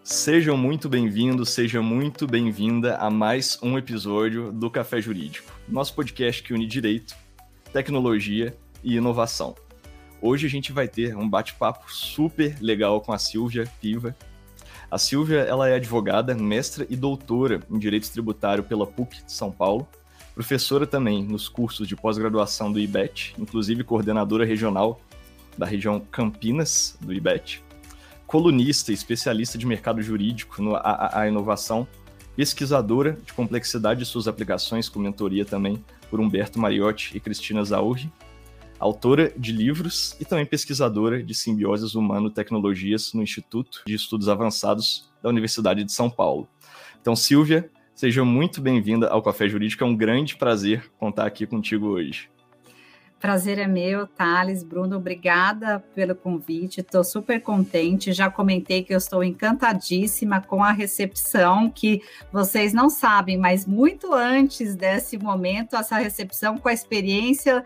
Sejam muito bem-vindos, seja muito bem-vinda a mais um episódio do Café Jurídico, nosso podcast que une direito, tecnologia e inovação. Hoje a gente vai ter um bate-papo super legal com a Silvia Piva. A Silvia, ela é advogada, mestra e doutora em Direito Tributário pela PUC de São Paulo, professora também nos cursos de pós-graduação do IBET, inclusive coordenadora regional da região Campinas do IBET, colunista e especialista de mercado jurídico no A Inovação, pesquisadora de complexidade de suas aplicações, com mentoria também por Humberto Mariotti e Cristina Zaurri, autora de livros e também pesquisadora de simbioses humano-tecnologias no Instituto de Estudos Avançados da Universidade de São Paulo. Então, Silvia, seja muito bem-vinda ao Café Jurídico, é um grande prazer contar aqui contigo hoje. Prazer é meu, Thales, Bruno, obrigada pelo convite, estou super contente, já comentei que eu estou encantadíssima com a recepção, que vocês não sabem, mas muito antes desse momento, essa recepção com a experiência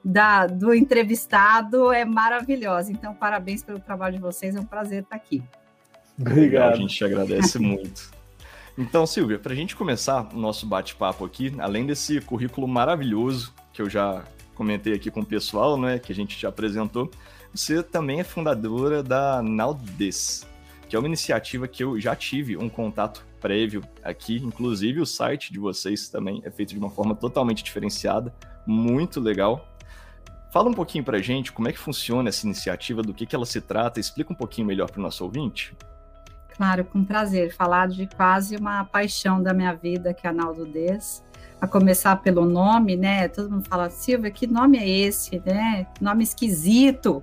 do entrevistado é maravilhosa, então parabéns pelo trabalho de vocês, é um prazer estar aqui. Obrigado. A gente agradece muito. Então, Silvia, para a gente começar o nosso bate-papo aqui, além desse currículo maravilhoso que eu já comentei aqui com o pessoal, né, que a gente já apresentou, você também é fundadora da NowDes, que é uma iniciativa que eu já tive um contato prévio aqui, inclusive o site de vocês também é feito de uma forma totalmente diferenciada, muito legal. Fala um pouquinho pra gente como é que funciona essa iniciativa, do que ela se trata, explica um pouquinho melhor para o nosso ouvinte. Claro, com prazer, falar de quase uma paixão da minha vida, que é a NowDes. A começar pelo nome, né? Todo mundo fala, Silvia, que nome é esse, né? Nome esquisito.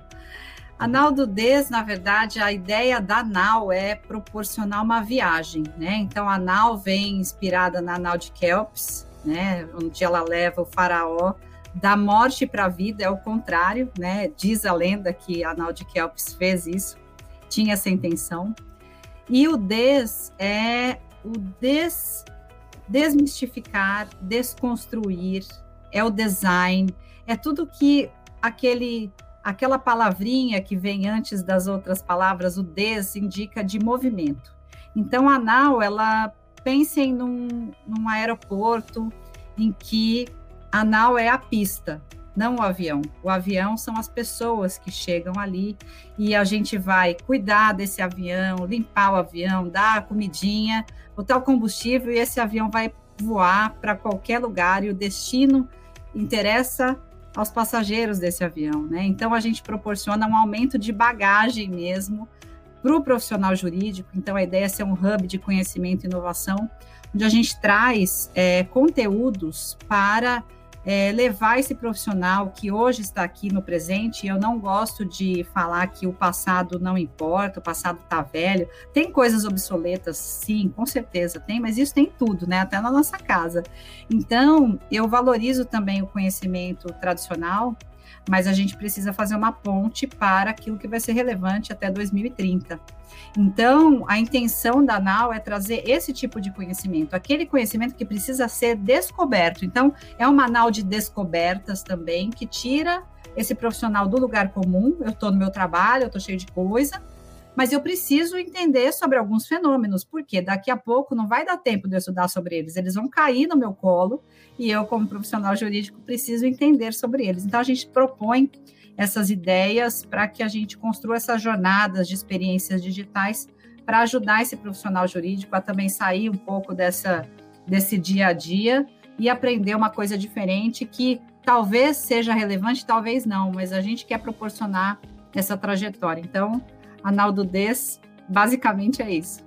A NowDes, na verdade, a ideia da Now é proporcionar uma viagem, né? Então, a Now vem inspirada na Nau de Kelps, né? Onde ela leva o faraó da morte para a vida, é o contrário, né? Diz a lenda que a Nau de Kelps fez isso, tinha essa intenção. E o Des é o desmistificar, desconstruir, é o design, é tudo que aquela palavrinha que vem antes das outras palavras, o des, indica de movimento. Então, a Now, ela pensem num aeroporto em que a Now é a pista, não o avião. O avião são as pessoas que chegam ali e a gente vai cuidar desse avião, limpar o avião, dar a comidinha, botar o combustível e esse avião vai voar para qualquer lugar e o destino interessa aos passageiros desse avião, né? Então, a gente proporciona um aumento de bagagem mesmo para o profissional jurídico. Então, a ideia é ser um hub de conhecimento e inovação, onde a gente traz conteúdos para levar esse profissional que hoje está aqui no presente. Eu não gosto de falar que o passado não importa, o passado está velho. Tem coisas obsoletas, sim, com certeza tem, mas isso tem tudo, né? Até na nossa casa. Então, eu valorizo também o conhecimento tradicional, mas a gente precisa fazer uma ponte para aquilo que vai ser relevante até 2030. Então, a intenção da Now é trazer esse tipo de conhecimento, aquele conhecimento que precisa ser descoberto. Então, é uma Now de descobertas também, que tira esse profissional do lugar comum. Eu estou no meu trabalho, eu estou cheio de coisa, mas eu preciso entender sobre alguns fenômenos, porque daqui a pouco não vai dar tempo de eu estudar sobre eles, eles vão cair no meu colo e eu, como profissional jurídico, preciso entender sobre eles. Então, a gente propõe essas ideias para que a gente construa essas jornadas de experiências digitais para ajudar esse profissional jurídico a também sair um pouco desse dia a dia e aprender uma coisa diferente que talvez seja relevante, talvez não, mas a gente quer proporcionar essa trajetória. Então, a NowDes basicamente é isso.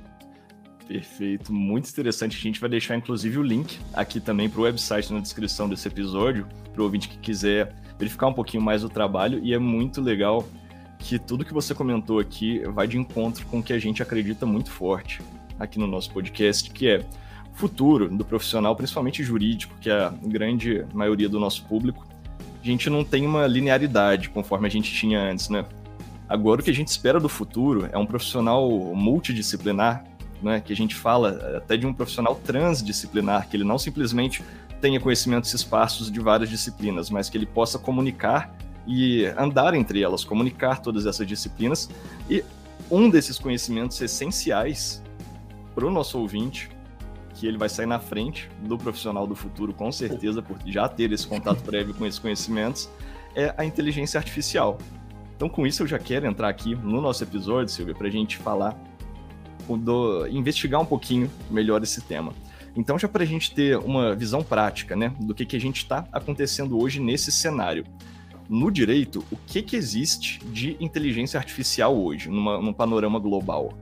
Perfeito, muito interessante. A gente vai deixar, inclusive, o link aqui também para o website na descrição desse episódio, para o ouvinte que quiser verificar um pouquinho mais o trabalho, e é muito legal que tudo que você comentou aqui vai de encontro com o que a gente acredita muito forte aqui no nosso podcast, que é o futuro do profissional, principalmente jurídico, que é a grande maioria do nosso público. A gente não tem uma linearidade conforme a gente tinha antes, né? Agora, o que a gente espera do futuro é um profissional multidisciplinar, né? Que a gente fala até de um profissional transdisciplinar, que ele não simplesmente tenha conhecimentos esparsos de várias disciplinas, mas que ele possa comunicar e andar entre elas, comunicar todas essas disciplinas e um desses conhecimentos essenciais para o nosso ouvinte, que ele vai sair na frente do profissional do futuro, com certeza, por já ter esse contato prévio com esses conhecimentos, é a inteligência artificial. Então, com isso, eu já quero entrar aqui no nosso episódio, Silvia, para a gente falar, investigar um pouquinho melhor esse tema. Então, já para a gente ter uma visão prática, né, do que a gente está acontecendo hoje nesse cenário. No direito, o que existe de inteligência artificial hoje, num panorama global?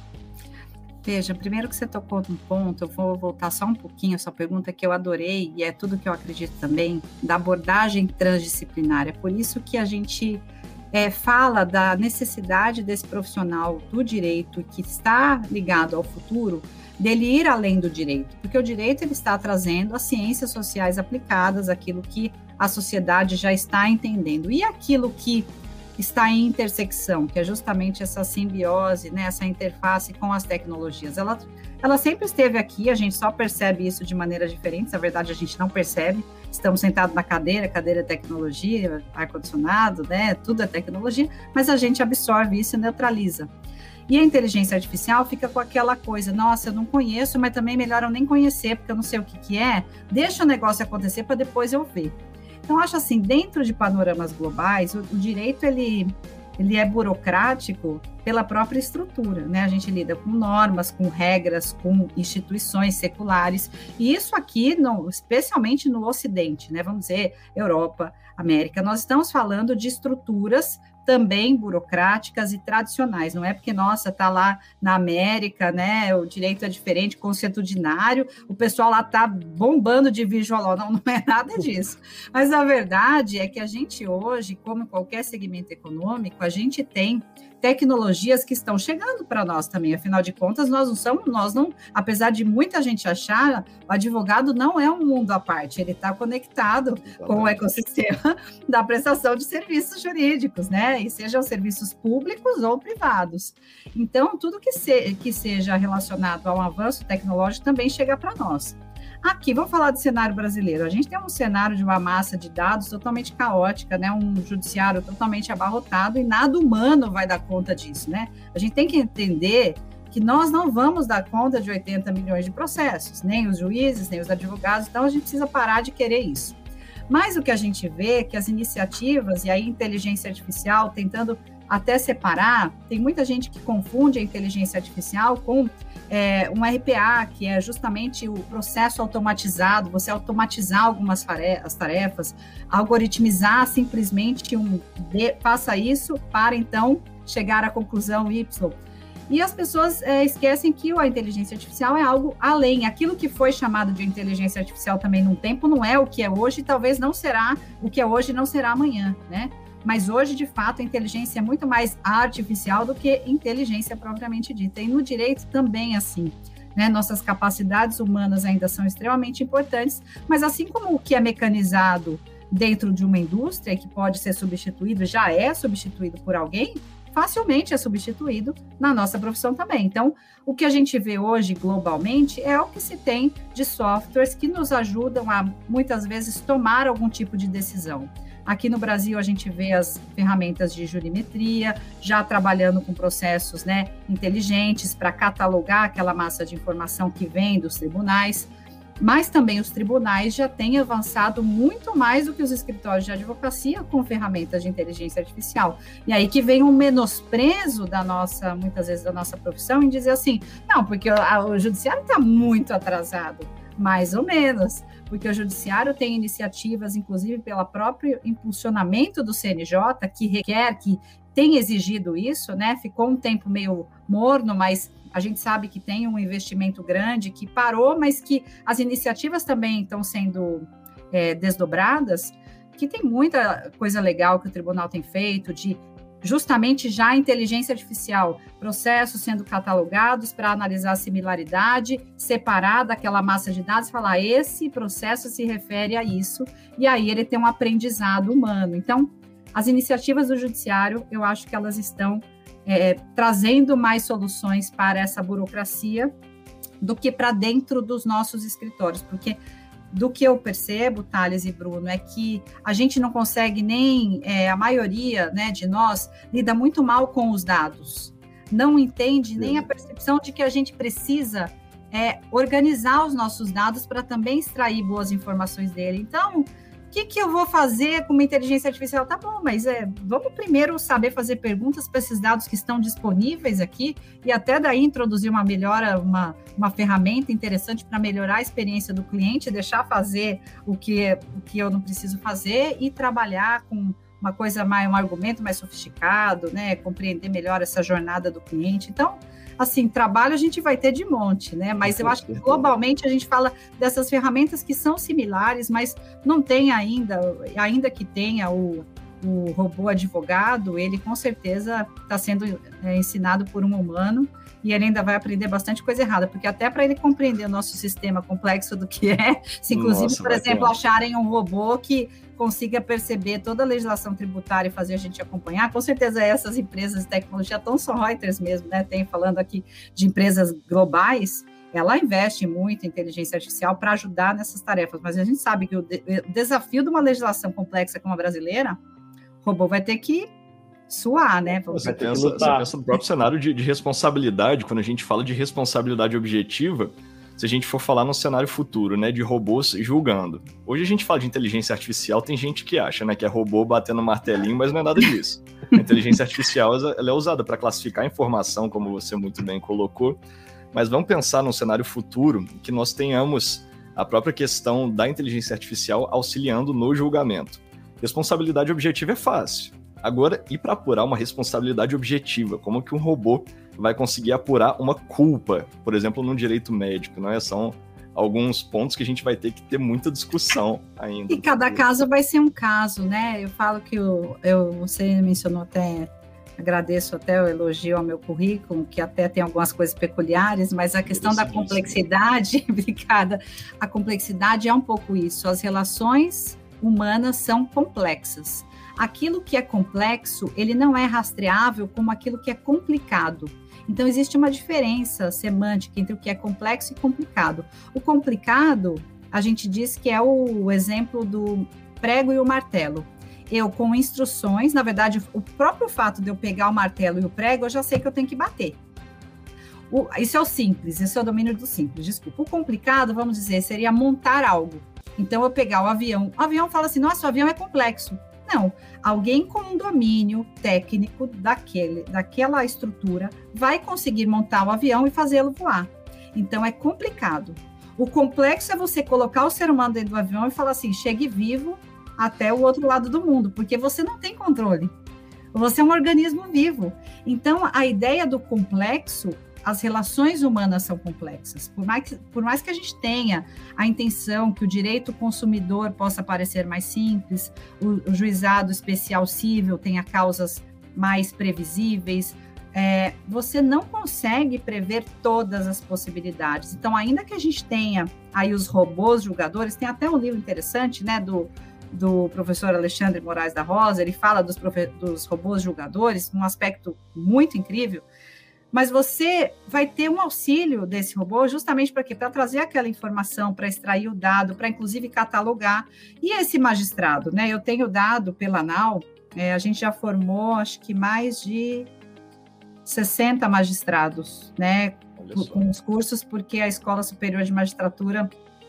Veja, primeiro que você tocou num ponto, eu vou voltar só um pouquinho a sua pergunta, que eu adorei, e é tudo que eu acredito também, da abordagem transdisciplinar. É por isso que a gente fala da necessidade desse profissional do direito que está ligado ao futuro, dele ir além do direito, porque o direito ele está trazendo as ciências sociais aplicadas, aquilo que a sociedade já está entendendo, e aquilo que está em intersecção, que é justamente essa simbiose, né, essa interface com as tecnologias. Ela sempre esteve aqui, a gente só percebe isso de maneiras diferentes, na verdade a gente não percebe, estamos sentados na cadeira é tecnologia, ar-condicionado, né, tudo é tecnologia, mas a gente absorve isso e neutraliza. E a inteligência artificial fica com aquela coisa, nossa, eu não conheço, mas também melhor eu nem conhecer, porque eu não sei o que é, deixa o negócio acontecer para depois eu ver. Então, acho assim, dentro de panoramas globais, o direito, ele é burocrático pela própria estrutura, né? A gente lida com normas, com regras, com instituições seculares, e isso aqui, especialmente no Ocidente, né? Vamos dizer, Europa, América, nós estamos falando de estruturas também burocráticas e tradicionais, não é porque, nossa, está lá na América, né, o direito é diferente, consuetudinário, o pessoal lá está bombando de visual law, não é nada disso. Mas a verdade é que a gente hoje, como qualquer segmento econômico, a gente tem tecnologias que estão chegando para nós também, afinal de contas, nós não, apesar de muita gente achar, o advogado não é um mundo à parte, ele está conectado com o ecossistema da prestação de serviços jurídicos, né, e sejam serviços públicos ou privados. Então, tudo que seja relacionado ao avanço tecnológico também chega para nós. Aqui, vamos falar do cenário brasileiro. A gente tem um cenário de uma massa de dados totalmente caótica, né? Um judiciário totalmente abarrotado e nada humano vai dar conta disso, né? A gente tem que entender que nós não vamos dar conta de 80 milhões de processos, nem os juízes, nem os advogados, então a gente precisa parar de querer isso. Mas o que a gente vê é que as iniciativas, e aí inteligência artificial, tentando até separar, tem muita gente que confunde a inteligência artificial com um RPA, que é justamente o processo automatizado, você automatizar algumas tarefas, algoritmizar simplesmente faça isso para então chegar à conclusão Y. E as pessoas esquecem que a inteligência artificial é algo além. Aquilo que foi chamado de inteligência artificial também num tempo não é o que é hoje, talvez não será o que é hoje, não será amanhã, né? Mas hoje, de fato, a inteligência é muito mais artificial do que inteligência propriamente dita. E no direito também assim, né? Nossas capacidades humanas ainda são extremamente importantes, mas assim como o que é mecanizado dentro de uma indústria, que pode ser substituído, já é substituído por alguém, facilmente é substituído na nossa profissão também. Então, o que a gente vê hoje globalmente é o que se tem de softwares que nos ajudam a, muitas vezes, tomar algum tipo de decisão. Aqui no Brasil, a gente vê as ferramentas de jurimetria, já trabalhando com processos, né, inteligentes para catalogar aquela massa de informação que vem dos tribunais, mas também os tribunais já têm avançado muito mais do que os escritórios de advocacia com ferramentas de inteligência artificial. E aí que vem um menosprezo muitas vezes da nossa profissão, em dizer assim, não, porque o judiciário está muito atrasado. Mais ou menos, porque o judiciário tem iniciativas, inclusive pelo próprio impulsionamento do CNJ, que tem exigido isso, né? Ficou um tempo meio morno, mas a gente sabe que tem um investimento grande, que parou, mas que as iniciativas também estão sendo desdobradas, que tem muita coisa legal que o tribunal tem feito, de justamente já a inteligência artificial, processos sendo catalogados para analisar a similaridade, separar daquela massa de dados, falar esse processo se refere a isso, e aí ele tem um aprendizado humano. Então, as iniciativas do judiciário, eu acho que elas estão trazendo mais soluções para essa burocracia do que para dentro dos nossos escritórios, porque do que eu percebo, Thales e Bruno, é que a gente não consegue nem, a maioria, né, de nós, lida muito mal com os dados. não entende nem a percepção de que a gente precisa organizar os nossos dados para também extrair boas informações dele. Então, o que eu vou fazer com uma inteligência artificial? Tá bom, mas vamos primeiro saber fazer perguntas para esses dados que estão disponíveis aqui e até daí introduzir uma melhora, uma ferramenta interessante para melhorar a experiência do cliente, deixar fazer o que eu não preciso fazer e trabalhar com uma coisa mais, um argumento mais sofisticado, né? Compreender melhor essa jornada do cliente. Então, assim, trabalho a gente vai ter de monte, né? Mas eu acho que globalmente a gente fala dessas ferramentas que são similares, mas não tem ainda que tenha o robô advogado, ele com certeza está sendo ensinado por um humano e ele ainda vai aprender bastante coisa errada, porque até para ele compreender o nosso sistema complexo do que se inclusive, por exemplo, acharem um robô que consiga perceber toda a legislação tributária e fazer a gente acompanhar, com certeza essas empresas de tecnologia, Thomson Reuters mesmo, né, tem falando aqui de empresas globais, ela investe muito em inteligência artificial para ajudar nessas tarefas, mas a gente sabe que o desafio de uma legislação complexa como a brasileira, o robô vai ter que suar, né? Você pensa no próprio cenário de responsabilidade, quando a gente fala de responsabilidade objetiva, se a gente for falar no cenário futuro, né, de robôs julgando. Hoje a gente fala de inteligência artificial, tem gente que acha, né, que é robô batendo martelinho, mas não é nada disso. A inteligência artificial ela é usada para classificar informação, como você muito bem colocou, mas vamos pensar num cenário futuro que nós tenhamos a própria questão da inteligência artificial auxiliando no julgamento. Responsabilidade objetiva é fácil. Agora, e para apurar uma responsabilidade objetiva? Como que um robô vai conseguir apurar uma culpa, por exemplo, num direito médico, não é? São alguns pontos que a gente vai ter que ter muita discussão ainda. E cada caso vai ser um caso, né? Eu falo que você mencionou até, agradeço até o elogio ao meu currículo, que até tem algumas coisas peculiares, mas a questão da complexidade, obrigada, a complexidade é um pouco isso. As relações humanas são complexas. Aquilo que é complexo, ele não é rastreável como aquilo que é complicado. Então, existe uma diferença semântica entre o que é complexo e complicado. O complicado, a gente diz que é o exemplo do prego e o martelo. Eu, com instruções, na verdade, o próprio fato de eu pegar o martelo e o prego, eu já sei que eu tenho que bater. Isso é o simples, esse é o domínio do simples, desculpa. O complicado, vamos dizer, seria montar algo. Então, eu pegar o avião fala assim, nossa, o avião é complexo. Não, alguém com um domínio técnico daquela estrutura vai conseguir montar o avião e fazê-lo voar. Então, é complicado. O complexo é você colocar o ser humano dentro do avião e falar assim, chegue vivo até o outro lado do mundo, porque você não tem controle. Você é um organismo vivo. Então, a ideia do complexo, as relações humanas são complexas. Por mais que a gente tenha a intenção que o direito consumidor possa parecer mais simples, o juizado especial civil tenha causas mais previsíveis, você não consegue prever todas as possibilidades. Então, ainda que a gente tenha aí os robôs julgadores, tem até um livro interessante, né, do professor Alexandre Moraes da Rosa, ele fala dos robôs julgadores, um aspecto muito incrível, mas você vai ter um auxílio desse robô justamente para quê? Para trazer aquela informação, para extrair o dado, para inclusive catalogar. E esse magistrado, né? Eu tenho dado pela ANAL, a gente já formou, acho que mais de 60 magistrados, né? Com os cursos, porque a Escola Superior de Magistratura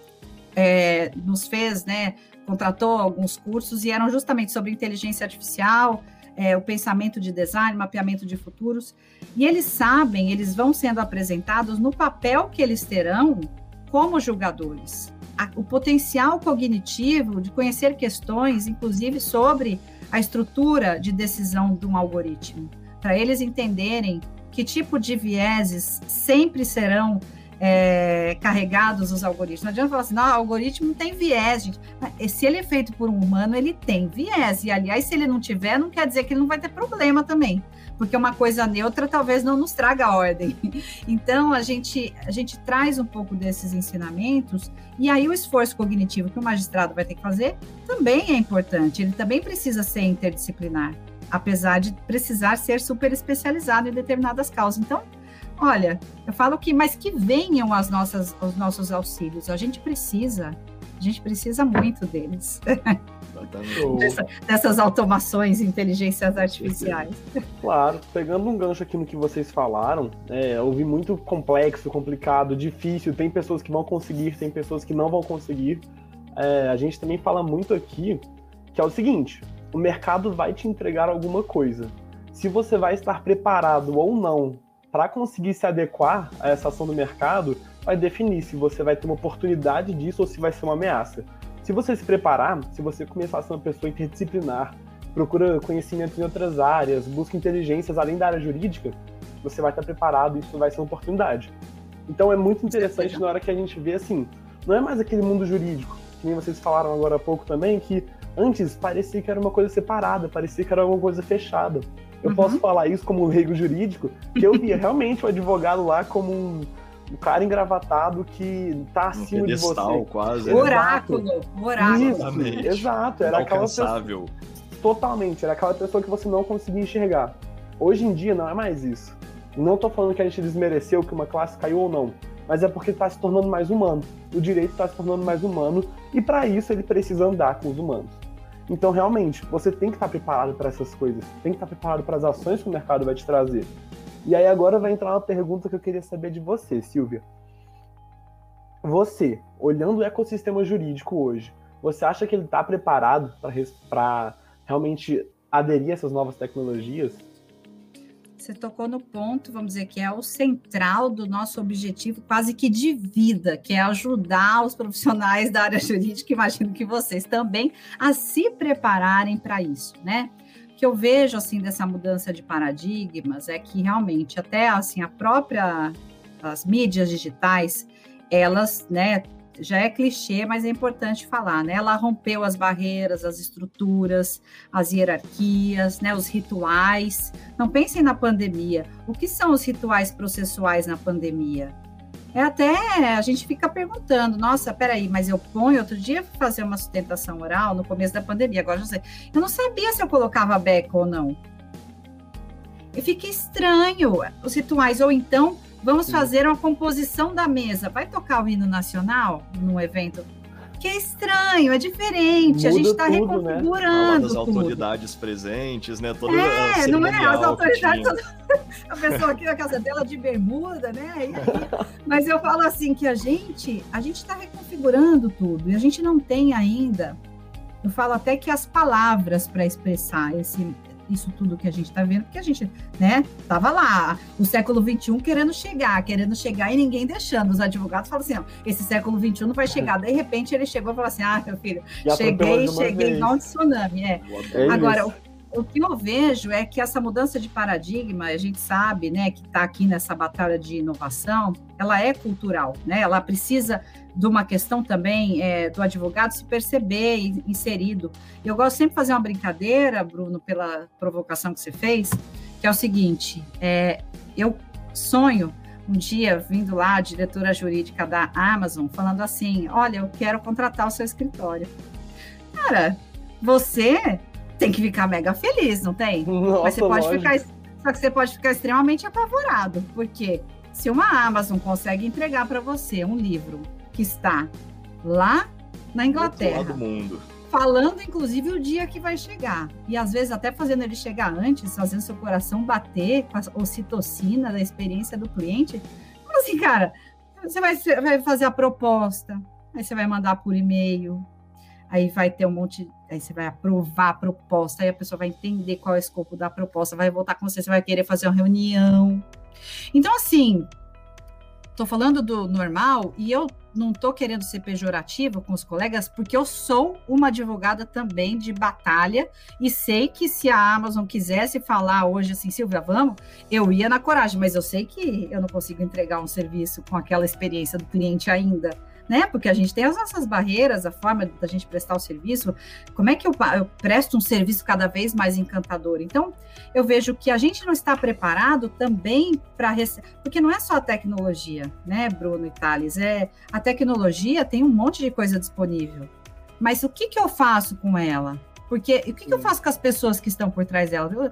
nos fez, né? Contratou alguns cursos e eram justamente sobre inteligência artificial, o pensamento de design, mapeamento de futuros, e eles sabem, eles vão sendo apresentados no papel que eles terão como julgadores. O potencial cognitivo de conhecer questões, inclusive sobre a estrutura de decisão de um algoritmo, para eles entenderem que tipo de vieses sempre serão carregados os algoritmos. Não adianta falar assim, não, o algoritmo tem viés, gente. Se ele é feito por um humano, ele tem viés. E, aliás, se ele não tiver, não quer dizer que ele não vai ter problema também. Porque uma coisa neutra talvez não nos traga ordem. Então, a gente traz um pouco desses ensinamentos, e aí o esforço cognitivo que o magistrado vai ter que fazer também é importante. Ele também precisa ser interdisciplinar, apesar de precisar ser super especializado em determinadas causas. Então, olha, eu falo mas que venham os nossos auxílios. A gente precisa gente precisa muito deles. Exatamente. Dessas automações, inteligências artificiais. Claro, pegando um gancho aqui no que vocês falaram, eu ouvi muito complexo, complicado, difícil, tem pessoas que vão conseguir, tem pessoas que não vão conseguir. A gente também fala muito aqui que é o seguinte, o mercado vai te entregar alguma coisa. Se você vai estar preparado ou não para conseguir se adequar a essa ação do mercado, vai definir se você vai ter uma oportunidade disso ou se vai ser uma ameaça. Se você se preparar, se você começar a ser uma pessoa interdisciplinar, procura conhecimento em outras áreas, busca inteligências além da área jurídica, você vai estar preparado e isso vai ser uma oportunidade. Então é muito interessante na hora que a gente vê assim, não é mais aquele mundo jurídico, que nem vocês falaram agora há pouco também, que antes parecia que era uma coisa separada, parecia que era uma coisa fechada. Eu posso falar isso como um leigo jurídico, que eu via realmente o advogado lá como um cara engravatado que tá acima de você. Quase. Oráculo. Isso, exato. Era aquela pessoa, totalmente, era aquela pessoa que você não conseguia enxergar. Hoje em dia não é mais isso. Não tô falando que a gente desmereceu, que uma classe caiu ou não, mas é porque tá se tornando mais humano. O direito tá se tornando mais humano e para isso ele precisa andar com os humanos. Então, realmente, você tem que estar preparado para essas coisas, tem que estar preparado para as ações que o mercado vai te trazer. E aí agora vai entrar uma pergunta que eu queria saber de você, Silvia. Você, olhando o ecossistema jurídico hoje, você acha que ele está preparado para realmente aderir a essas novas tecnologias? Você tocou no ponto, vamos dizer, que é o central do nosso objetivo quase que de vida, que é ajudar os profissionais da área jurídica, imagino que vocês também, a se prepararem para isso, né? O que eu vejo, assim, dessa mudança de paradigmas é que realmente até, assim, as mídias digitais, elas, né, já é clichê, mas é importante falar, né? Ela rompeu as barreiras, as estruturas, as hierarquias, né? Os rituais. Não pensem na pandemia. O que são os rituais processuais na pandemia? A gente fica perguntando, nossa, peraí, mas eu ponho, outro dia fui fazer uma sustentação oral no começo da pandemia, agora já sei. Eu não sabia se eu colocava beca ou não. E fica estranho os rituais, ou então vamos fazer uma composição da mesa. Vai tocar o hino nacional num evento? Que é estranho, é diferente. A gente está reconfigurando das autoridades presentes, né? Toda não é? As autoridades, a pessoa aqui na casa dela de bermuda, né? E aí, mas eu falo assim que a gente está reconfigurando tudo e a gente não tem ainda. Eu falo até que as palavras para expressar isso tudo que a gente está vendo, porque a gente, né, estava lá, o século XXI querendo chegar e ninguém deixando. Os advogados falam assim, ó, esse século XXI não vai chegar. De repente ele chegou e falou assim, meu filho, cheguei igual um tsunami. Agora, o que eu vejo é que essa mudança de paradigma, a gente sabe, né, que está aqui nessa batalha de inovação, ela é cultural, né? Ela precisa de uma questão também do advogado se perceber inserido. E eu gosto sempre de fazer uma brincadeira, Bruno, pela provocação que você fez, que é o seguinte, eu sonho um dia vindo lá, a diretora jurídica da Amazon, falando assim, olha, eu quero contratar o seu escritório. Cara, você tem que ficar mega feliz, não tem? Nossa, mas só que você pode ficar extremamente apavorado, porque se uma Amazon consegue entregar para você um livro que está lá na Inglaterra, do mundo, falando inclusive o dia que vai chegar, e às vezes até fazendo ele chegar antes, fazendo seu coração bater com a ocitocina da experiência do cliente, então, assim, cara, você vai fazer a proposta, aí você vai mandar por e-mail, aí vai ter um monte, aí você vai aprovar a proposta, aí a pessoa vai entender qual é o escopo da proposta, vai voltar com você, você vai querer fazer uma reunião. Então, assim, tô falando do normal e eu não tô querendo ser pejorativa com os colegas, porque eu sou uma advogada também de batalha e sei que se a Amazon quisesse falar hoje assim, Silvia, vamos, eu ia na coragem, mas eu sei que eu não consigo entregar um serviço com aquela experiência do cliente ainda, né? Porque a gente tem as nossas barreiras, a forma da gente prestar o serviço, como é que eu presto um serviço cada vez mais encantador? Então, eu vejo que a gente não está preparado também para porque não é só a tecnologia, né, Bruno e Thales? A tecnologia tem um monte de coisa disponível, mas o que eu faço com ela? Porque o que eu faço com as pessoas que estão por trás dela?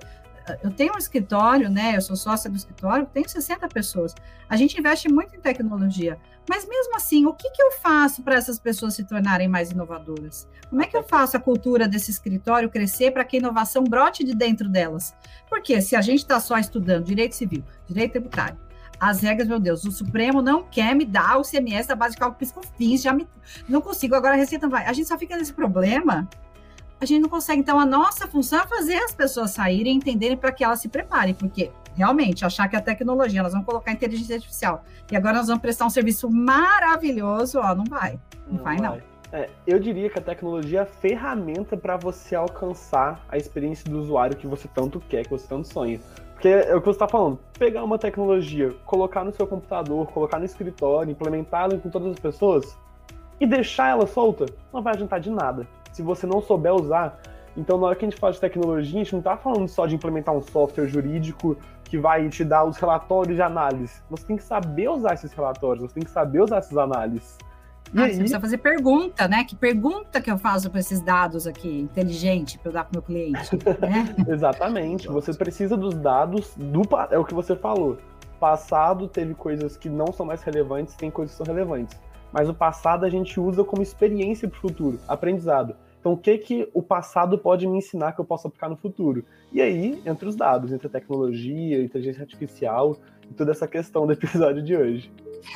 eu tenho um escritório, né? Eu sou sócia do escritório, tenho 60 pessoas. A gente investe muito em tecnologia. Mas mesmo assim, o que eu faço para essas pessoas se tornarem mais inovadoras? Como é que eu faço a cultura desse escritório crescer para que a inovação brote de dentro delas? Porque se a gente está só estudando direito civil, direito tributário, as regras, meu Deus, o Supremo não quer me dar o CMS da base de cálculo piscofins, não consigo, agora a Receita não vai. A gente só fica nesse problema, a gente não consegue. Então, a nossa função é fazer as pessoas saírem e entenderem para que elas se preparem, porque realmente, achar que a tecnologia, nós vamos colocar inteligência artificial e agora nós vamos prestar um serviço maravilhoso, não vai. Não vai. Eu diria que a tecnologia é a ferramenta para você alcançar a experiência do usuário que você tanto quer, que você tanto sonha. Porque é o que você está falando, pegar uma tecnologia, colocar no seu computador, colocar no escritório, implementá-la com todas as pessoas e deixar ela solta, não vai adiantar de nada. Se você não souber usar. Então, na hora que a gente fala de tecnologia, a gente não está falando só de implementar um software jurídico que vai te dar os relatórios de análise. Você tem que saber usar esses relatórios, você tem que saber usar essas análises. E aí... Você precisa fazer pergunta, né? Que pergunta que eu faço para esses dados aqui, inteligente, para eu dar para o meu cliente, né? Exatamente. Você precisa dos dados, é o que você falou. Passado teve coisas que não são mais relevantes, tem coisas que são relevantes. Mas o passado a gente usa como experiência para o futuro, aprendizado. Então, o que o passado pode me ensinar que eu posso aplicar no futuro? E aí, entre os dados, entre a tecnologia, a inteligência artificial e toda essa questão do episódio de hoje.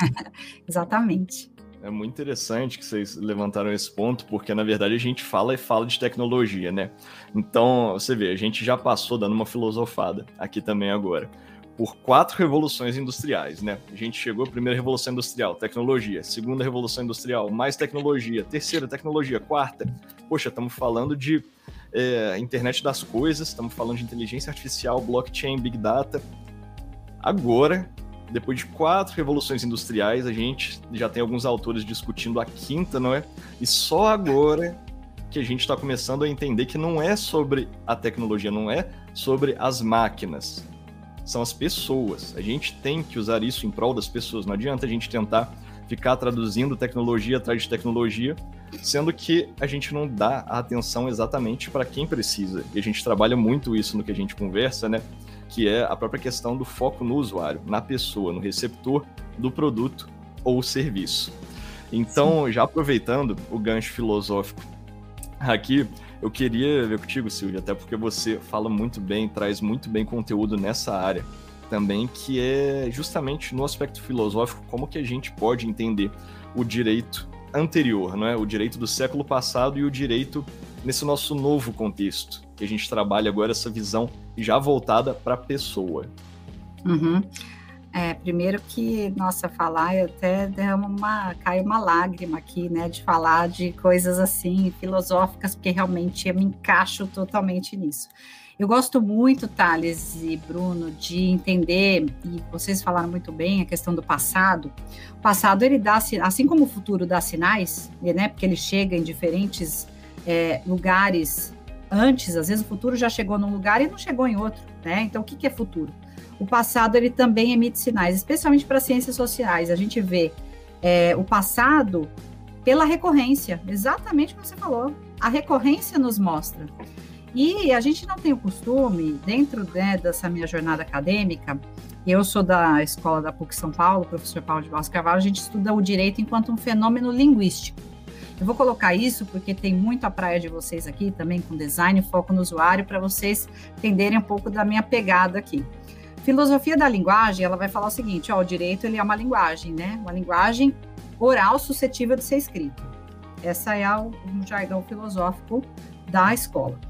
Exatamente. É muito interessante que vocês levantaram esse ponto, porque, na verdade, a gente fala de tecnologia, né? Então, você vê, a gente já passou dando uma filosofada aqui também agora, por 4 revoluções industriais, né? A gente chegou à primeira revolução industrial, tecnologia. Segunda revolução industrial, mais tecnologia. Terceira, tecnologia. Quarta, poxa, estamos falando de internet das coisas, estamos falando de inteligência artificial, blockchain, big data. Agora, depois de 4 revoluções industriais, a gente já tem alguns autores discutindo a 5ª, não é? E só agora que a gente está começando a entender que não é sobre a tecnologia, não é sobre as máquinas. São as pessoas. A gente tem que usar isso em prol das pessoas. Não adianta a gente tentar ficar traduzindo tecnologia atrás de tecnologia, sendo que a gente não dá a atenção exatamente para quem precisa. E a gente trabalha muito isso no que a gente conversa, né? Que é a própria questão do foco no usuário, na pessoa, no receptor do produto ou serviço. Então, já aproveitando o gancho filosófico aqui, eu queria ver contigo, Silvia, até porque você fala muito bem, traz muito bem conteúdo nessa área também, que é justamente no aspecto filosófico, como que a gente pode entender o direito anterior, não é? O direito do século passado e o direito nesse nosso novo contexto, que a gente trabalha agora essa visão já voltada para a pessoa. Uhum. Primeiro que, nossa, falar, eu até cai uma lágrima aqui, né, de falar de coisas assim, filosóficas, porque realmente eu me encaixo totalmente nisso. Eu gosto muito, Thales e Bruno, de entender, e vocês falaram muito bem, a questão do passado. O passado, ele dá, assim como o futuro dá sinais, né, porque ele chega em diferentes lugares antes, às vezes o futuro já chegou num lugar e não chegou em outro, né? Então, o que é futuro? O passado, ele também emite sinais, especialmente para ciências sociais. A gente vê o passado pela recorrência, exatamente como você falou. A recorrência nos mostra. E a gente não tem o costume, dentro dessa minha jornada acadêmica, eu sou da escola da PUC São Paulo, professor Paulo de Barros Carvalho, a gente estuda o direito enquanto um fenômeno linguístico. Eu vou colocar isso porque tem muito a praia de vocês aqui, também com design, foco no usuário, para vocês entenderem um pouco da minha pegada aqui. Filosofia da linguagem, ela vai falar o seguinte, o direito ele é uma linguagem, né? Uma linguagem oral suscetível de ser escrita. Essa é o jargão filosófico da escola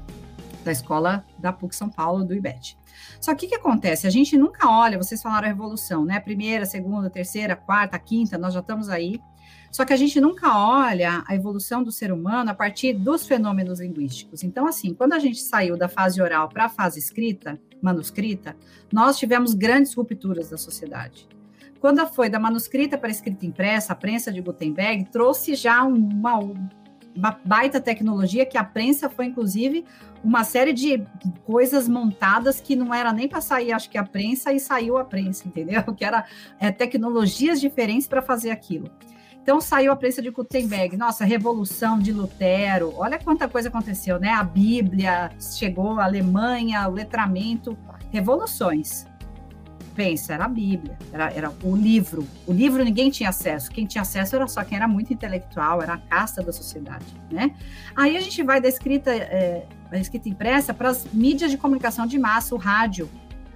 da PUC São Paulo, do IBET. Só que o que acontece? A gente nunca olha, vocês falaram a revolução, né? Primeira, segunda, terceira, quarta, quinta, nós já estamos aí. Só que a gente nunca olha a evolução do ser humano a partir dos fenômenos linguísticos. Então, assim, quando a gente saiu da fase oral para a fase escrita, manuscrita, nós tivemos grandes rupturas da sociedade. Quando foi da manuscrita para a escrita impressa, a prensa de Gutenberg trouxe já uma baita tecnologia, que a prensa foi, inclusive, uma série de coisas montadas que não era nem para sair, acho que a prensa, e saiu a prensa, entendeu? Que era tecnologias diferentes para fazer aquilo. Então saiu a prensa de Gutenberg, nossa, revolução de Lutero, olha quanta coisa aconteceu, né? A Bíblia chegou, a Alemanha, o letramento, revoluções. Pensa, era a Bíblia, era o livro. O livro ninguém tinha acesso. Quem tinha acesso era só quem era muito intelectual, era a casta da sociedade, né? Aí a gente vai da escrita impressa para as mídias de comunicação de massa, o rádio,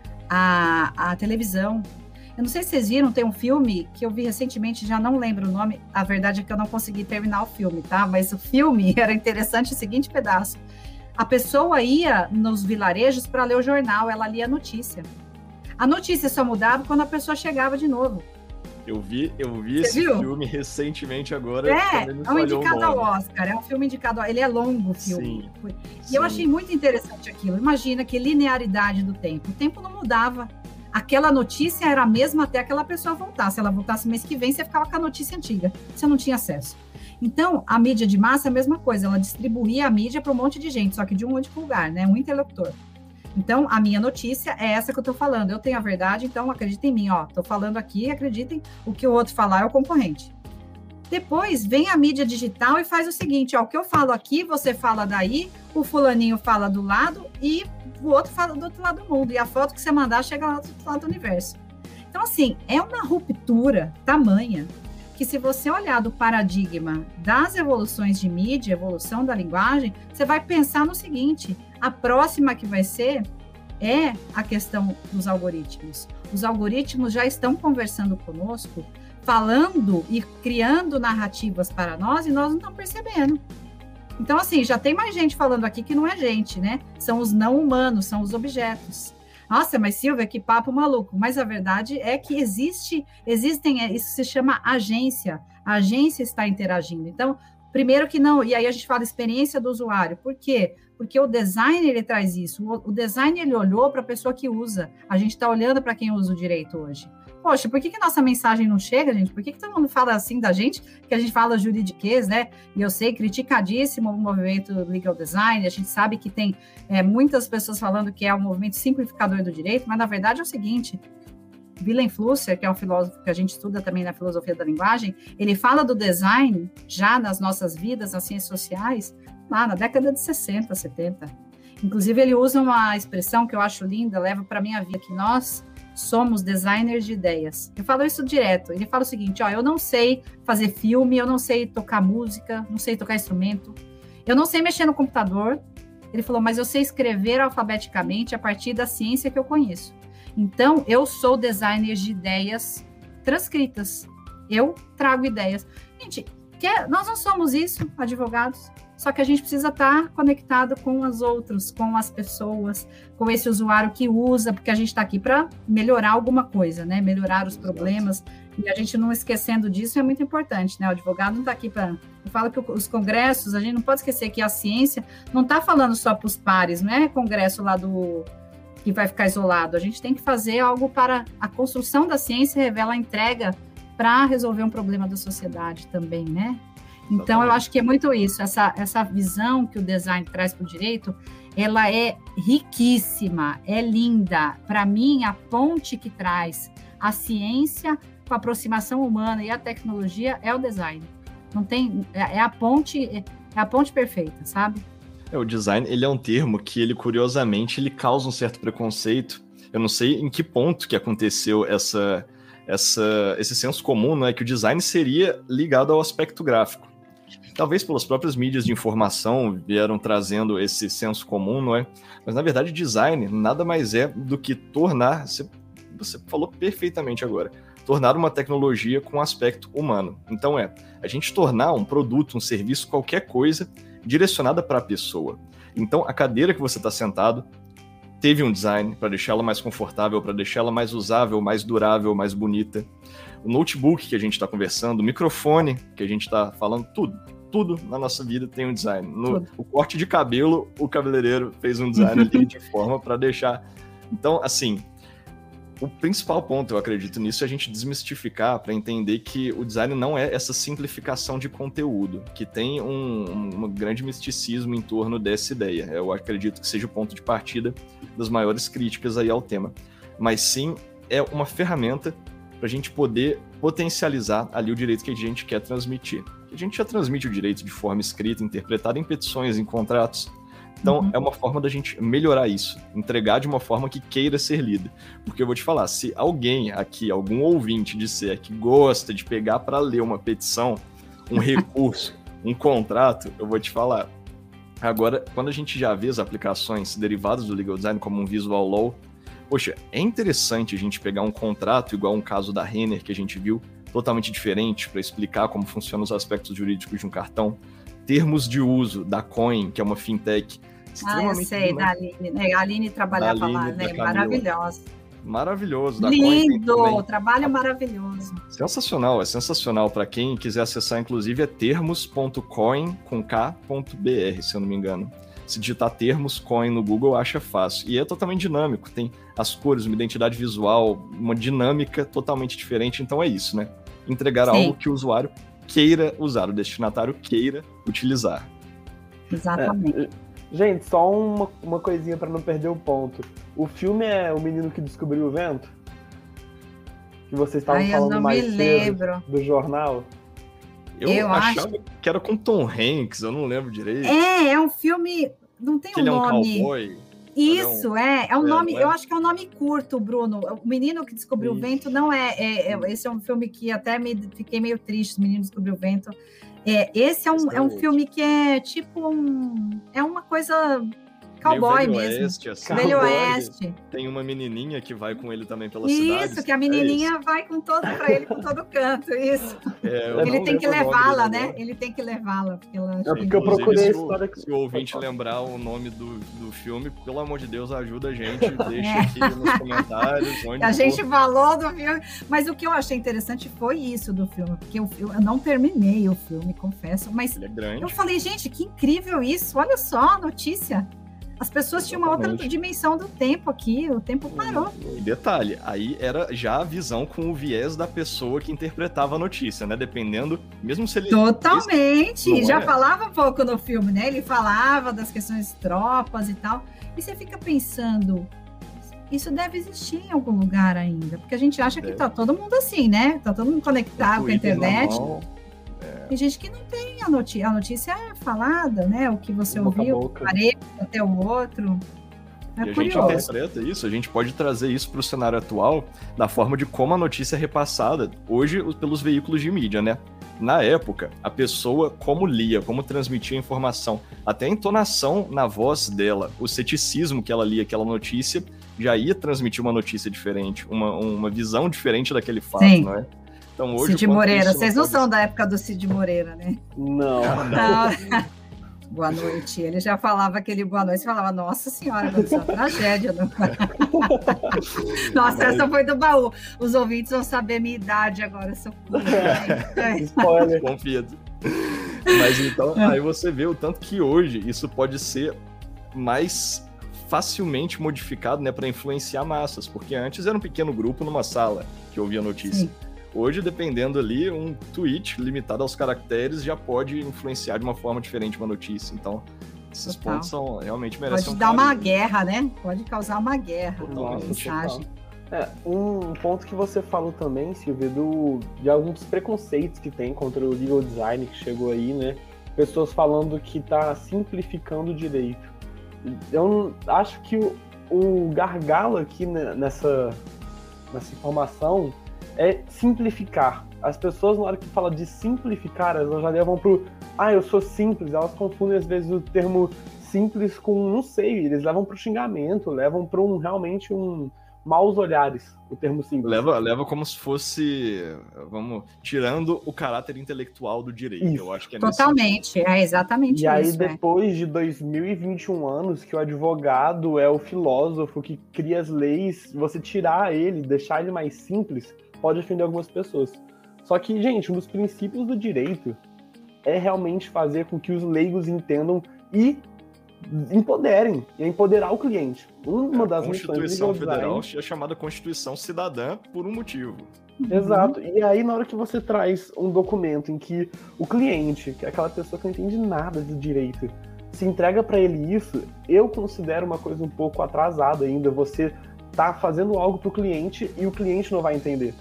a televisão. Eu não sei se vocês viram, tem um filme que eu vi recentemente, já não lembro o nome, a verdade é que eu não consegui terminar o filme, tá? Mas o filme era interessante o seguinte pedaço. A pessoa ia nos vilarejos para ler o jornal, ela lia a notícia. A notícia só mudava quando a pessoa chegava de novo. Eu vi esse filme recentemente agora. É um indicado ao Oscar, é um filme indicado, ele é longo o filme. Sim, e eu achei muito interessante aquilo. Imagina que linearidade do tempo. O tempo não mudava. Aquela notícia era a mesma até aquela pessoa voltar. Se ela voltasse mês que vem, você ficava com a notícia antiga. Você não tinha acesso. Então, a mídia de massa é a mesma coisa. Ela distribuía a mídia para um monte de gente, só que de um único lugar, né? Um interlocutor. Então, a minha notícia é essa que eu estou falando. Eu tenho a verdade, então acreditem em mim. Estou falando aqui, acreditem. O que o outro falar é o concorrente. Depois, vem a mídia digital e faz o seguinte, o que eu falo aqui, você fala daí, o fulaninho fala do lado e o outro fala do outro lado do mundo. E a foto que você mandar chega lá do outro lado do universo. Então, assim, é uma ruptura tamanha que se você olhar do paradigma das evoluções de mídia, evolução da linguagem, você vai pensar no seguinte, a próxima que vai ser é a questão dos algoritmos. Os algoritmos já estão conversando conosco, falando e criando narrativas para nós e nós não estamos percebendo. Então, assim, já tem mais gente falando aqui que não é gente, né? São os não humanos, são os objetos. Nossa, mas Silvia, que papo maluco. Mas a verdade é que existem, isso se chama agência. A agência está interagindo. Então, primeiro que não, e aí a gente fala experiência do usuário. Por quê? Porque o design, ele traz isso. O design, ele olhou para a pessoa que usa. A gente está olhando para quem usa o direito hoje. Poxa, por que nossa mensagem não chega, gente? Por que todo mundo fala assim da gente? Que a gente fala juridiquês, né? E eu sei, criticadíssimo o movimento legal design, a gente sabe que tem muitas pessoas falando que é um movimento simplificador do direito, mas na verdade é o seguinte, Wilhelm Flusser, que é um filósofo que a gente estuda também na filosofia da linguagem, ele fala do design já nas nossas vidas, nas ciências sociais, lá na década de 60, 70. Inclusive, ele usa uma expressão que eu acho linda, leva para a minha vida, que nós somos designers de ideias. Eu falo isso direto. Ele fala o seguinte, eu não sei fazer filme, eu não sei tocar música, não sei tocar instrumento, eu não sei mexer no computador. Ele falou, mas eu sei escrever alfabeticamente a partir da ciência que eu conheço. Então, eu sou designer de ideias transcritas. Eu trago ideias. Gente, nós não somos isso, advogados. Só que a gente precisa estar conectado com os outros, com as pessoas, com esse usuário que usa, porque a gente está aqui para melhorar alguma coisa, né? Melhorar os problemas. E a gente não esquecendo disso é muito importante, né? O advogado não está aqui para... Eu falo que os congressos, a gente não pode esquecer que a ciência não está falando só para os pares, não é congresso lá que vai ficar isolado. A gente tem que fazer algo para... A construção da ciência revela a entrega para resolver um problema da sociedade também, né? Então, eu acho que é muito isso, essa visão que o design traz para o direito, ela é riquíssima, é linda. Para mim, a ponte que traz a ciência com a aproximação humana e a tecnologia é o design. Não tem, é a ponte perfeita, sabe? O design, ele é um termo que, ele curiosamente, ele causa um certo preconceito. Eu não sei em que ponto que aconteceu esse senso comum, né, que o design seria ligado ao aspecto gráfico. Talvez pelas próprias mídias de informação vieram trazendo esse senso comum, não é? Mas, na verdade, design nada mais é do que tornar, você falou perfeitamente agora, tornar uma tecnologia com aspecto humano. Então, a gente tornar um produto, um serviço, qualquer coisa direcionada para a pessoa. Então, a cadeira que você está sentado teve um design para deixá-la mais confortável, para deixá-la mais usável, mais durável, mais bonita. O notebook que a gente está conversando, o microfone que a gente está falando, tudo na nossa vida tem um design. O corte de cabelo, o cabeleireiro fez um design ali de forma para deixar... Então, assim, o principal ponto, eu acredito nisso, é a gente desmistificar para entender que o design não é essa simplificação de conteúdo, que tem um grande misticismo em torno dessa ideia. Eu acredito que seja o ponto de partida das maiores críticas aí ao tema. Mas sim, é uma ferramenta para a gente poder potencializar ali o direito que a gente quer transmitir. A gente já transmite o direito de forma escrita, interpretada em petições, em contratos. Então, é uma forma da gente melhorar isso, entregar de uma forma que queira ser lida. Porque eu vou te falar, se alguém aqui, algum ouvinte disser que gosta de pegar para ler uma petição, um recurso, um contrato, eu vou te falar. Agora, quando a gente já vê as aplicações derivadas do legal design, como um visual law, poxa, é interessante a gente pegar um contrato, igual um caso da Renner que a gente viu, totalmente diferente, para explicar como funcionam os aspectos jurídicos de um cartão, termos de uso da Coin, que é uma fintech, eu sei, da Aline, né? A Aline trabalhava lá, né? Maravilhosa. Maravilhoso. Da lindo, trabalho maravilhoso. Sensacional, é sensacional. Para quem quiser acessar, inclusive, é termos.coin.br, se eu não me engano. Se digitar termos coin no Google, acha fácil. E é totalmente dinâmico, tem as cores, uma identidade visual, uma dinâmica totalmente diferente. Então é isso, né? Entregar algo que o usuário queira usar, o destinatário queira utilizar. Exatamente. Gente, só uma coisinha para não perder o ponto. O filme é O Menino que Descobriu o Vento? Que vocês estavam falando mais cedo do jornal? Eu achava que era com Tom Hanks, eu não lembro direito. É um filme, não tem um nome. Ele é um cowboy. Isso, é um nome, eu acho que é um nome curto, Bruno. O Menino que Descobriu o Vento não esse é um filme que até fiquei meio triste, O Menino Descobriu o Vento. Esse é um filme que é tipo é uma coisa cowboy mesmo. Oeste, assim. Velho Oeste. Tem uma menininha que vai com ele também pela cidade. Isso, que a menininha vai pra ele com todo canto, isso. Ele tem que levá-la, né? Ele tem que levá-la. Porque eu procurei a história. Se o ouvinte lembrar o nome do filme, pelo amor de Deus, ajuda a gente. Deixa aqui nos comentários. A gente falou do filme. Mas o que eu achei interessante foi isso do filme. Porque eu não terminei o filme, confesso. Mas ele é grande. Eu falei, gente, que incrível isso. Olha só a notícia. As pessoas tinham uma outra dimensão do tempo aqui, o tempo parou. E detalhe, aí era já a visão com o viés da pessoa que interpretava a notícia, né? Dependendo, mesmo se ele... Totalmente! Já falava um pouco no filme, né? Ele falava das questões de tropas e tal. E você fica pensando, isso deve existir em algum lugar ainda. Porque a gente acha que tá todo mundo assim, né? Tá todo mundo conectado com a internet. Tem gente que não tem a notícia. A notícia é falada, né? O que você ouviu, parede até o outro. E a gente interpreta isso, a gente pode trazer isso para o cenário atual da forma de como a notícia é repassada hoje pelos veículos de mídia, né? Na época, a pessoa como lia, como transmitia a informação, até a entonação na voz dela, o ceticismo que ela lia aquela notícia, já ia transmitir uma notícia diferente, uma visão diferente daquele fato, não é? Então, hoje, Cid Moreira, vocês não são da época do Cid Moreira, né? Não. Boa noite. Ele já falava aquele boa noite, você falava, nossa senhora, isso é uma tragédia. Não? Nossa, essa foi do baú. Os ouvintes vão saber minha idade agora, socorro. Spoiler. Confia. Mas então, aí você vê o tanto que hoje isso pode ser mais facilmente modificado, né, para influenciar massas, porque antes era um pequeno grupo numa sala que ouvia a notícia. Sim. Hoje, dependendo ali, um tweet limitado aos caracteres já pode influenciar de uma forma diferente uma notícia. Então, esses pontos realmente merecem Pode dar uma guerra, né? Pode causar uma guerra, uma mensagem. Um ponto que você falou também, Silvia, de alguns preconceitos que tem contra o legal design que chegou aí, né? Pessoas falando que está simplificando o direito. Eu acho que o gargalo aqui nessa informação é simplificar. As pessoas, na hora que fala de simplificar, elas já levam pro eu sou simples, elas confundem às vezes o termo simples com, não sei, eles levam pro xingamento, levam para realmente maus olhares, o termo simples. Leva como se fosse, tirando o caráter intelectual do direito. Isso. Eu acho que é totalmente, exatamente isso. E aí, depois de 2021 anos, que o advogado é o filósofo que cria as leis, você tirar ele, deixar ele mais simples, pode ofender algumas pessoas. Só que, gente, um dos princípios do direito é realmente fazer com que os leigos entendam e empoderem, e empoderar o cliente. Uma das missões da Constituição Federal é chamada Constituição Cidadã por um motivo. Exato. E aí, na hora que você traz um documento em que o cliente, que é aquela pessoa que não entende nada de direito, se entrega para ele isso, eu considero uma coisa um pouco atrasada ainda. Você tá fazendo algo pro cliente e o cliente não vai entender.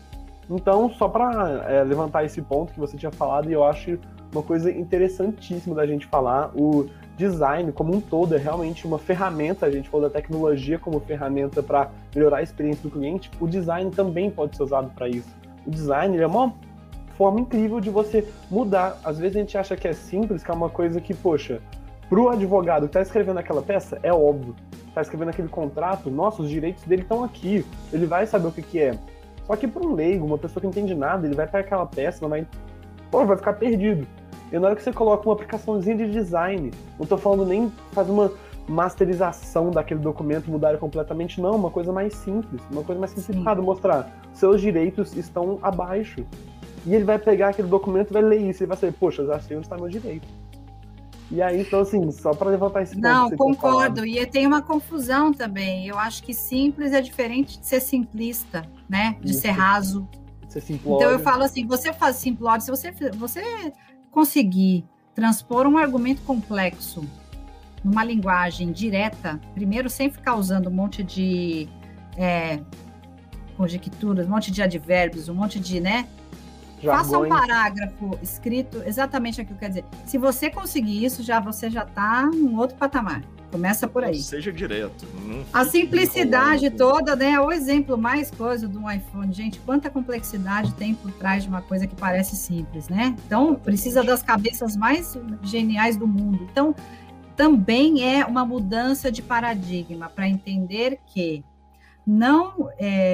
Então, só para levantar esse ponto que você tinha falado, e eu acho uma coisa interessantíssima da gente falar, o design como um todo é realmente uma ferramenta, a gente falou da tecnologia como ferramenta para melhorar a experiência do cliente, o design também pode ser usado para isso. O design é uma forma incrível de você mudar. Às vezes a gente acha que é simples, que é uma coisa que, poxa, pro advogado que está escrevendo aquela peça, é óbvio. Está escrevendo aquele contrato, nossa, os direitos dele estão aqui, ele vai saber o que é. Só que para um leigo, uma pessoa que não entende nada, ele vai pegar aquela peça, vai ficar perdido. E na hora que você coloca uma aplicaçãozinha de design, não estou falando nem fazer uma masterização daquele documento, mudar completamente, não, uma coisa mais simples, uma coisa mais simplificada, mostrar seus direitos estão abaixo. E ele vai pegar aquele documento e vai ler isso, e vai saber, poxa, já sei onde está meu direito. E aí, então, assim, só para levantar esse ponto. Não, concordo. E tem uma confusão também. Eu acho que simples é diferente de ser simplista, né? De ser raso. De ser simplório. Então, eu falo assim, você faz simplório, se você conseguir transpor um argumento complexo numa linguagem direta, primeiro, sem ficar usando um monte de conjecturas, um monte de advérbios, um monte de, né? Faça um parágrafo escrito exatamente aquilo que quer dizer. Se você conseguir isso, você já está em outro patamar. Começa por aí. Seja direto. A simplicidade toda, né? O exemplo mais coisa do iPhone. Gente, quanta complexidade tem por trás de uma coisa que parece simples, né? Então, precisa das cabeças mais geniais do mundo. Então, também é uma mudança de paradigma para entender que não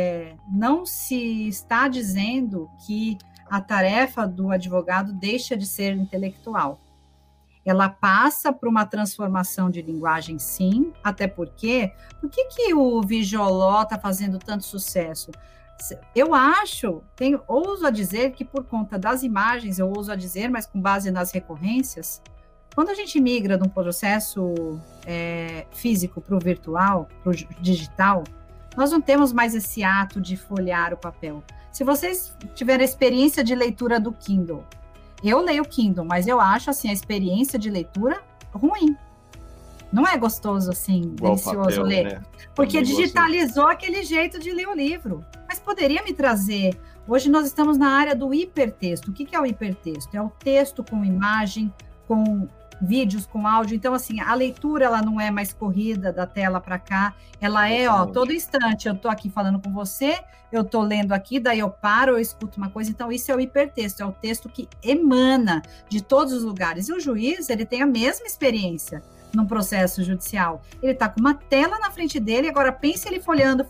se está dizendo que a tarefa do advogado deixa de ser intelectual. Ela passa por uma transformação de linguagem, sim, até porque... Por que o Vijoló está fazendo tanto sucesso? Eu acho, ouso a dizer que por conta das imagens, eu ouso a dizer, mas com base nas recorrências, quando a gente migra de um processo físico para o virtual, para o digital, nós não temos mais esse ato de folhear o papel. Se vocês tiverem a experiência de leitura do Kindle, eu leio o Kindle, mas eu acho assim, a experiência de leitura ruim. Não é gostoso assim, igual delicioso papel, ler. Né? Porque digitalizou aquele jeito de ler o livro. Mas poderia me trazer... Hoje nós estamos na área do hipertexto. O que é o hipertexto? É o texto com imagem, com vídeos, com áudio. Então, assim, a leitura, ela não é mais corrida da tela para cá. Ela é, todo instante. Eu estou aqui falando com você, eu estou lendo aqui, daí eu paro, eu escuto uma coisa. Então, isso é o hipertexto. É o texto que emana de todos os lugares. E o juiz, ele tem a mesma experiência num processo judicial. Ele está com uma tela na frente dele, agora pense ele folheando,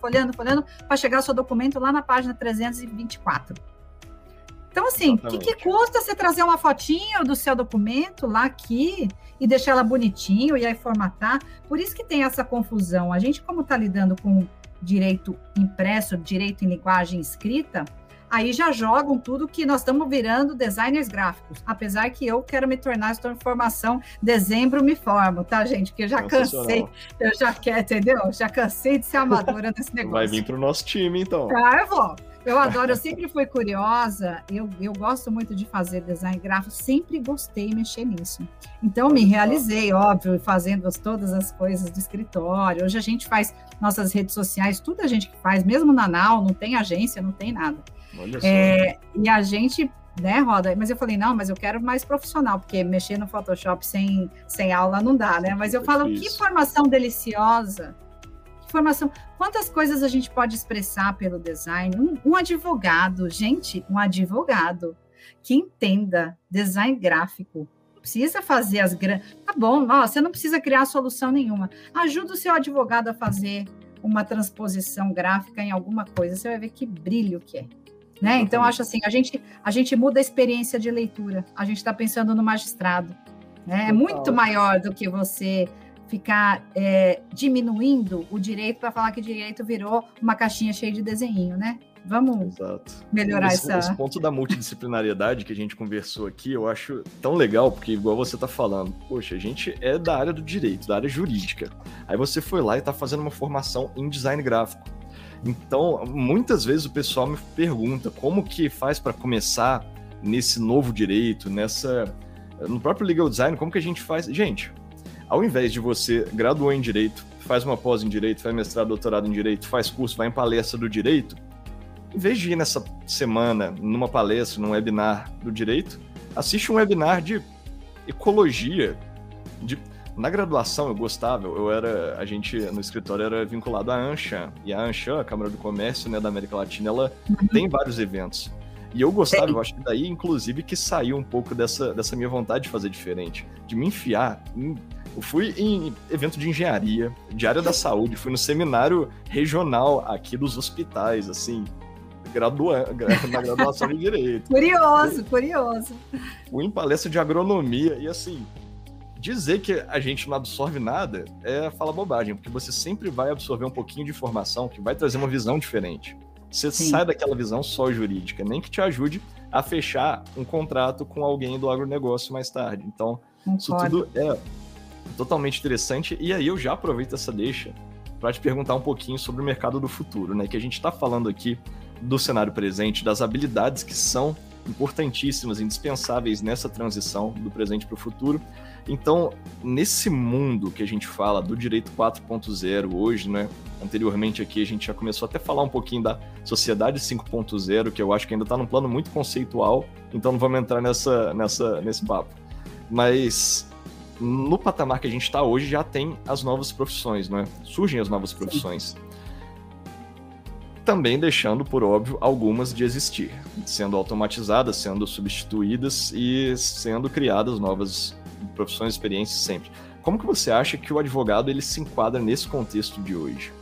para chegar ao seu documento lá na página 324. Então, assim, o que custa você trazer uma fotinho do seu documento lá aqui e deixar ela bonitinho e aí formatar? Por isso que tem essa confusão. A gente, como está lidando com direito impresso, direito em linguagem escrita, aí já jogam tudo que nós estamos virando designers gráficos. Apesar que eu quero me tornar, estou em formação, dezembro me formo, tá, gente? Porque eu já cansei, eu já quero, entendeu? Já cansei de ser amadora nesse negócio. Vai vir para o nosso time, então. Ah, eu vou. Eu adoro, eu sempre fui curiosa, eu gosto muito de fazer design gráfico, sempre gostei de mexer nisso. Então, me realizei, óbvio, fazendo todas as coisas do escritório. Hoje a gente faz nossas redes sociais, tudo a gente que faz, mesmo na NAU, não tem agência, não tem nada. Olha só. E a gente, né, Roda, mas eu falei, não, mas eu quero mais profissional, porque mexer no Photoshop sem aula não dá, né? Mas eu falo, que formação deliciosa, formação, quantas coisas a gente pode expressar pelo design. Um advogado, gente, um advogado que entenda design gráfico, precisa fazer as grandes... Tá bom, você não precisa criar solução nenhuma. Ajuda o seu advogado a fazer uma transposição gráfica em alguma coisa, você vai ver que brilho que é. Né? Então, acho assim, a gente muda a experiência de leitura, a gente está pensando no magistrado. Né? É muito maior do que você ficar diminuindo o direito para falar que direito virou uma caixinha cheia de desenho, né? Vamos melhorar esse ponto da multidisciplinariedade que a gente conversou aqui, eu acho tão legal, porque igual você está falando, poxa, a gente é da área do direito, da área jurídica. Aí você foi lá e está fazendo uma formação em design gráfico. Então, muitas vezes o pessoal me pergunta como que faz para começar nesse novo direito, no próprio legal design, como que a gente faz? Gente, ao invés de você graduar em direito, faz uma pós em direito, faz mestrado, doutorado em direito, faz curso, vai em palestra do direito, em vez de ir nessa semana numa palestra, num webinar do direito, assiste um webinar de ecologia. Na graduação eu gostava, a gente no escritório era vinculado à ANCHA, e a ANCHA, a Câmara do Comércio, né, da América Latina, ela tem vários eventos. E eu gostava, eu acho que daí, inclusive, que saiu um pouco dessa minha vontade de fazer diferente, de me enfiar. Eu fui em evento de engenharia, de área da saúde, fui no seminário regional aqui dos hospitais, assim, na graduação de Direito. Curioso. Fui em palestra de agronomia e, assim, dizer que a gente não absorve nada é falar bobagem, porque você sempre vai absorver um pouquinho de informação que vai trazer uma visão diferente. Você sai daquela visão só jurídica, nem que te ajude a fechar um contrato com alguém do agronegócio mais tarde. Então, isso tudo é totalmente interessante. E aí eu já aproveito essa deixa para te perguntar um pouquinho sobre o mercado do futuro, né? Que a gente está falando aqui do cenário presente, das habilidades que são importantíssimas, indispensáveis nessa transição do presente para o futuro. Então, nesse mundo que a gente fala do direito 4.0 hoje, né? Anteriormente aqui a gente já começou até a falar um pouquinho da sociedade 5.0, que eu acho que ainda está num plano muito conceitual, então não vamos entrar nesse papo. Mas no patamar que a gente está hoje já tem as novas profissões, né? Surgem as novas profissões. Também deixando, por óbvio, algumas de existir, sendo automatizadas, sendo substituídas e sendo criadas novas profissões e experiências sempre. Como que você acha que o advogado ele se enquadra nesse contexto de hoje?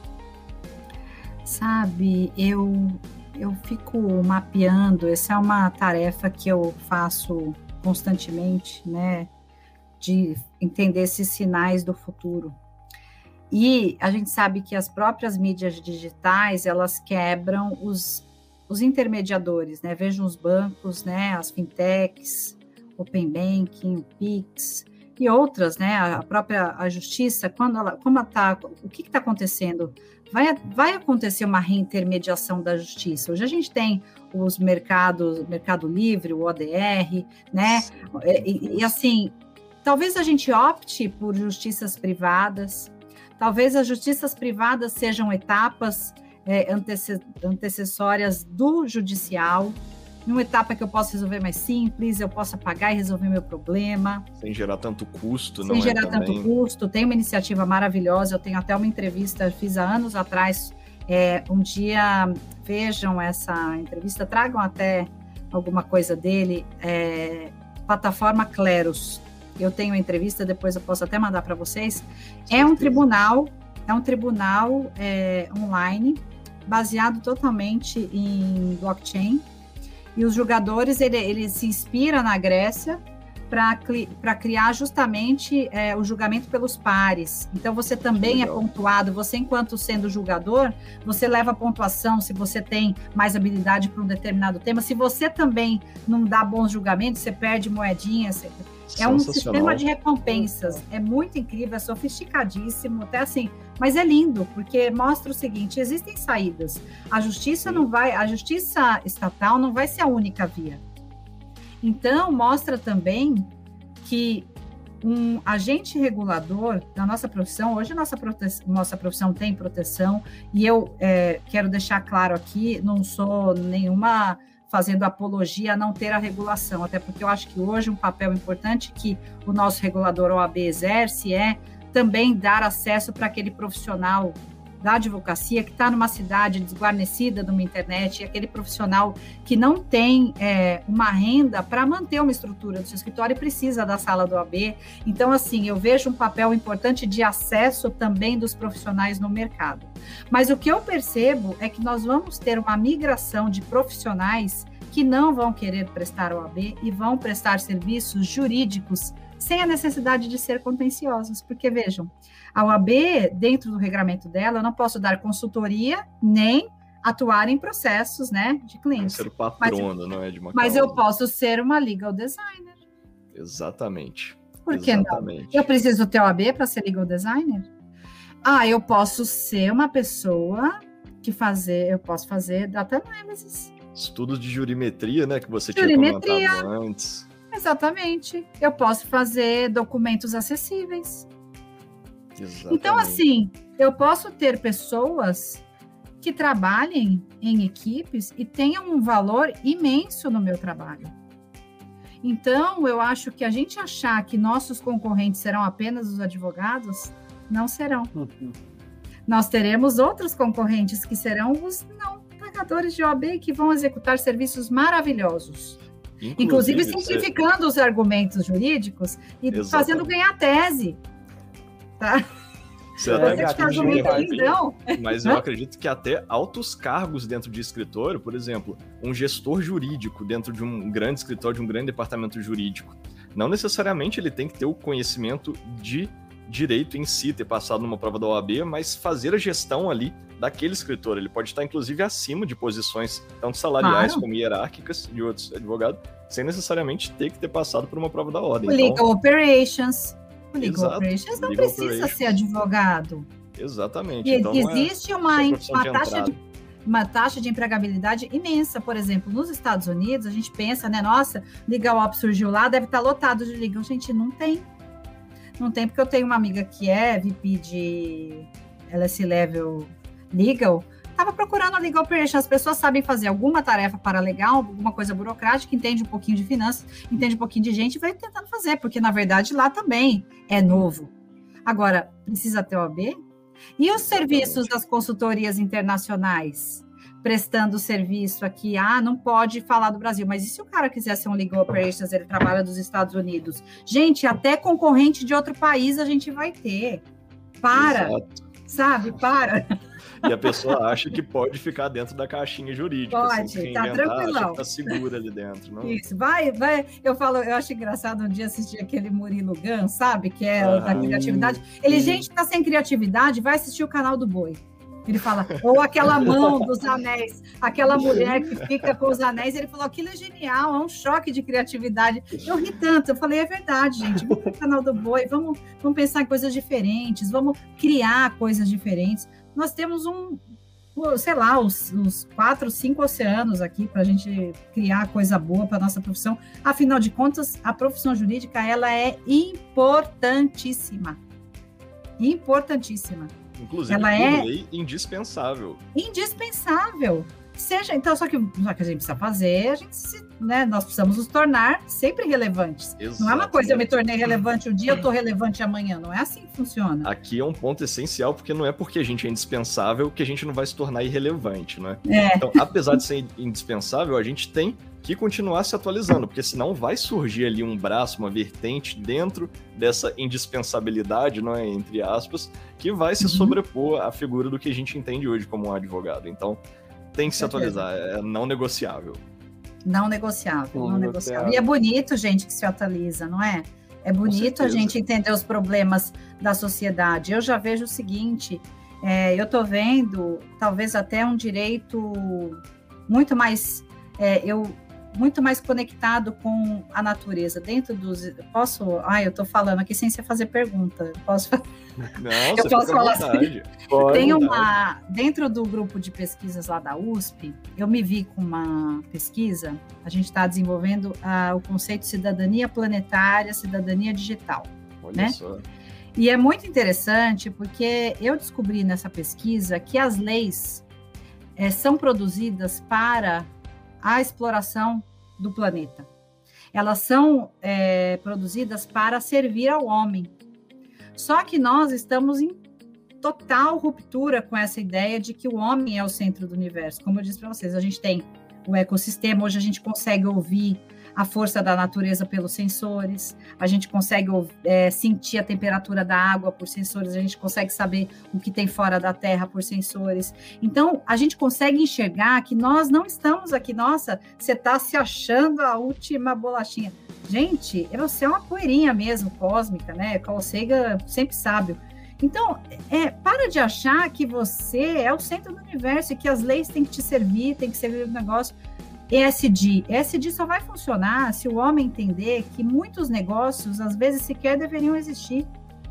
Sabe, eu fico mapeando, essa é uma tarefa que eu faço constantemente, né, de entender esses sinais do futuro. E a gente sabe que as próprias mídias digitais, elas quebram os intermediadores, né? Vejam os bancos, né? As fintechs, Open Banking, o Pix e outras, né? A própria justiça, o que está acontecendo? Vai acontecer uma reintermediação da justiça. Hoje a gente tem os Mercado Livre, o ODR, né? E assim, talvez a gente opte por justiças privadas. Talvez as justiças privadas sejam etapas antecessórias do judicial, numa etapa que eu possa resolver mais simples, eu possa pagar e resolver meu problema. Sem gerar tanto custo, não é? Sem gerar tanto custo. Tem uma iniciativa maravilhosa, eu tenho até uma entrevista, fiz há anos atrás. Um dia, vejam essa entrevista, tragam até alguma coisa dele, plataforma Cleros. Eu tenho uma entrevista, depois eu posso até mandar para vocês. É um tribunal online, baseado totalmente em blockchain, e os julgadores, ele se inspira na Grécia para criar justamente o julgamento pelos pares. Então, você também é pontuado, você, enquanto sendo julgador, você leva a pontuação se você tem mais habilidade para um determinado tema. Se você também não dá bons julgamentos, você perde moedinha, é um sistema de recompensas, é muito incrível, é sofisticadíssimo, até assim, mas é lindo, porque mostra o seguinte: existem saídas. A justiça estatal não vai ser a única via. Então, mostra também que um agente regulador da nossa profissão, hoje nossa profissão tem proteção, e eu quero deixar claro aqui, não sou nenhuma fazendo apologia a não ter a regulação, até porque eu acho que hoje um papel importante que o nosso regulador OAB exerce é também dar acesso para aquele profissional da advocacia que está numa cidade desguarnecida de uma internet, e aquele profissional que não tem uma renda para manter uma estrutura do seu escritório e precisa da sala do OAB. Então, assim, eu vejo um papel importante de acesso também dos profissionais no mercado. Mas o que eu percebo é que nós vamos ter uma migração de profissionais que não vão querer prestar OAB e vão prestar serviços jurídicos sem a necessidade de ser contenciosos, porque vejam, a OAB, dentro do regramento dela, eu não posso dar consultoria, nem atuar em processos, né, de clientes. Ser patrona, não é de uma Mas eu posso ser uma legal designer. Exatamente. Por que não? Eu preciso ter OAB para ser legal designer? Eu posso ser uma pessoa eu posso fazer data analysis. Estudos de jurimetria, né, que você tinha comentado antes. Exatamente. Eu posso fazer documentos acessíveis. Exatamente. Então, assim, eu posso ter pessoas que trabalhem em equipes e tenham um valor imenso no meu trabalho. Então, eu acho que a gente achar que nossos concorrentes serão apenas os advogados, não serão. Nós teremos outros concorrentes que serão os não pagadores de OAB, que vão executar serviços maravilhosos. Inclusive simplificando os argumentos jurídicos e fazendo ganhar tese. Tá? Mas eu acredito que até altos cargos dentro de escritório, por exemplo, um gestor jurídico dentro de um grande escritório, de um grande departamento jurídico, não necessariamente ele tem que ter o conhecimento de direito em si, ter passado numa prova da OAB, mas fazer a gestão ali daquele escritor. Ele pode estar, inclusive, acima de posições tanto salariais como hierárquicas de outros advogados, sem necessariamente ter que ter passado por uma prova da ordem. Legal Operations. O Legal Operations não precisa ser advogado. Exatamente. E então, existe uma taxa de empregabilidade imensa. Por exemplo, nos Estados Unidos, a gente pensa, né? Nossa, Legal Ops surgiu lá, deve estar lotado de legal. Gente, não tem. Não tem, porque eu tenho uma amiga que é VP de LS Level Legal, estava procurando a Legal Operations. As pessoas sabem fazer alguma tarefa paralegal, alguma coisa burocrática, entende um pouquinho de finanças, entende um pouquinho de gente e vai tentando fazer, porque, na verdade, lá também é novo. Agora, precisa ter OAB? E os serviços das consultorias internacionais? Prestando serviço aqui, não pode falar do Brasil, mas e se o cara quiser ser um Legal Operations, ele trabalha dos Estados Unidos? Gente, até concorrente de outro país a gente vai ter. Sabe? E a pessoa acha que pode ficar dentro da caixinha jurídica. Pode, tá tranquilão. Tá segura ali dentro. Não? Isso, vai. Eu acho engraçado um dia assistir aquele Murilo Gun, sabe? Que é da criatividade. Ele, gente, tá sem criatividade, vai assistir o canal do Boi. Ele fala, ou aquela mão dos anéis, aquela mulher que fica com os anéis, ele falou, aquilo é genial, é um choque de criatividade. Eu ri tanto, eu falei, é verdade, gente, vamos pro canal do Boi, vamos pensar em coisas diferentes, vamos criar coisas diferentes. Nós temos uns 4, 5 oceanos aqui para a gente criar coisa boa para a nossa profissão. Afinal de contas, a profissão jurídica, ela é importantíssima. Importantíssima. Inclusive, ela por lei, indispensável. Indispensável. Então, só que a gente precisa fazer, nós precisamos nos tornar sempre relevantes. Exatamente. Não é uma coisa, eu me tornei relevante um dia, eu estou relevante amanhã. Não é assim que funciona. Aqui é um ponto essencial, porque não é porque a gente é indispensável que a gente não vai se tornar irrelevante, né? Então, apesar de ser indispensável, a gente tem que continuar se atualizando, porque senão vai surgir ali um braço, uma vertente dentro dessa indispensabilidade, não é, entre aspas, que vai se sobrepor à figura do que a gente entende hoje como um advogado. Então, tem que se atualizar, é não negociável. Não negociável. E é bonito, gente, que se atualiza, não é? É bonito a gente entender os problemas da sociedade. Eu já vejo o seguinte, eu estou vendo, talvez até um direito muito mais conectado com a natureza, dentro dos... eu tô falando aqui sem você fazer pergunta. Posso eu posso falar assim? Tem dentro do grupo de pesquisas lá da USP, eu me vi com uma pesquisa, a gente está desenvolvendo o conceito de cidadania planetária, cidadania digital. Olha só. E é muito interessante, porque eu descobri nessa pesquisa que as leis são produzidas para a exploração do planeta. Elas são produzidas para servir ao homem. Só que nós estamos em total ruptura com essa ideia de que o homem é o centro do universo. Como eu disse para vocês, a gente tem o ecossistema, hoje a gente consegue ouvir a força da natureza pelos sensores, a gente consegue sentir a temperatura da água por sensores, a gente consegue saber o que tem fora da terra por sensores. Então, a gente consegue enxergar que nós não estamos aqui, nossa, você está se achando a última bolachinha. Gente, você é uma poeirinha mesmo, cósmica, né? Carl Sagan sempre sábio. Então, para de achar que você é o centro do universo e que as leis têm que te servir, tem que servir o negócio. ESG só vai funcionar se o homem entender que muitos negócios, às vezes, sequer deveriam existir.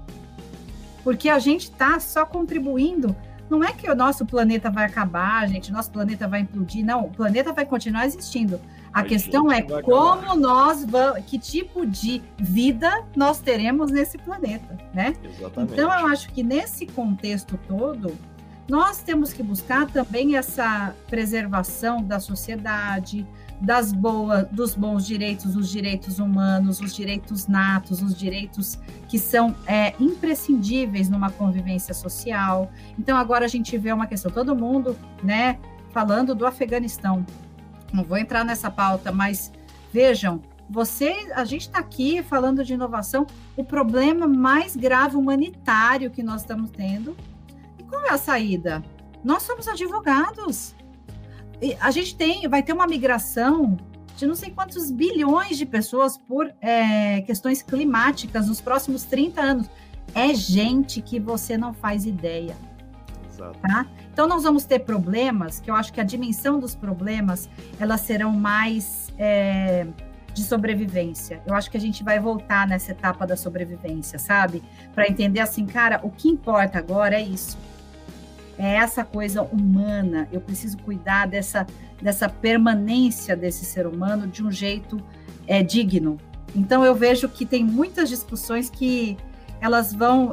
Porque a gente está só contribuindo. Não é que o nosso planeta vai acabar, gente, nosso planeta vai implodir. Não, o planeta vai continuar existindo. A questão é como nós vamos, que tipo de vida nós teremos nesse planeta, né? Exatamente. Então, eu acho que nesse contexto todo, nós temos que buscar também essa preservação da sociedade, dos bons direitos, os direitos humanos, os direitos natos, os direitos que são imprescindíveis numa convivência social. Então, agora a gente vê uma questão, todo mundo, né, falando do Afeganistão. Não vou entrar nessa pauta, mas vejam, a gente está aqui falando de inovação, o problema mais grave humanitário que nós estamos tendo. E qual é a saída? Nós somos advogados. A gente vai ter uma migração de não sei quantos bilhões de pessoas por questões climáticas nos próximos 30 anos. É gente que você não faz ideia. Exato. Tá? Então, nós vamos ter problemas, que eu acho que a dimensão dos problemas, elas serão mais de sobrevivência. Eu acho que a gente vai voltar nessa etapa da sobrevivência, sabe? Para entender assim, cara, o que importa agora é isso. É essa coisa humana, eu preciso cuidar dessa permanência desse ser humano de um jeito digno. Então, eu vejo que tem muitas discussões que elas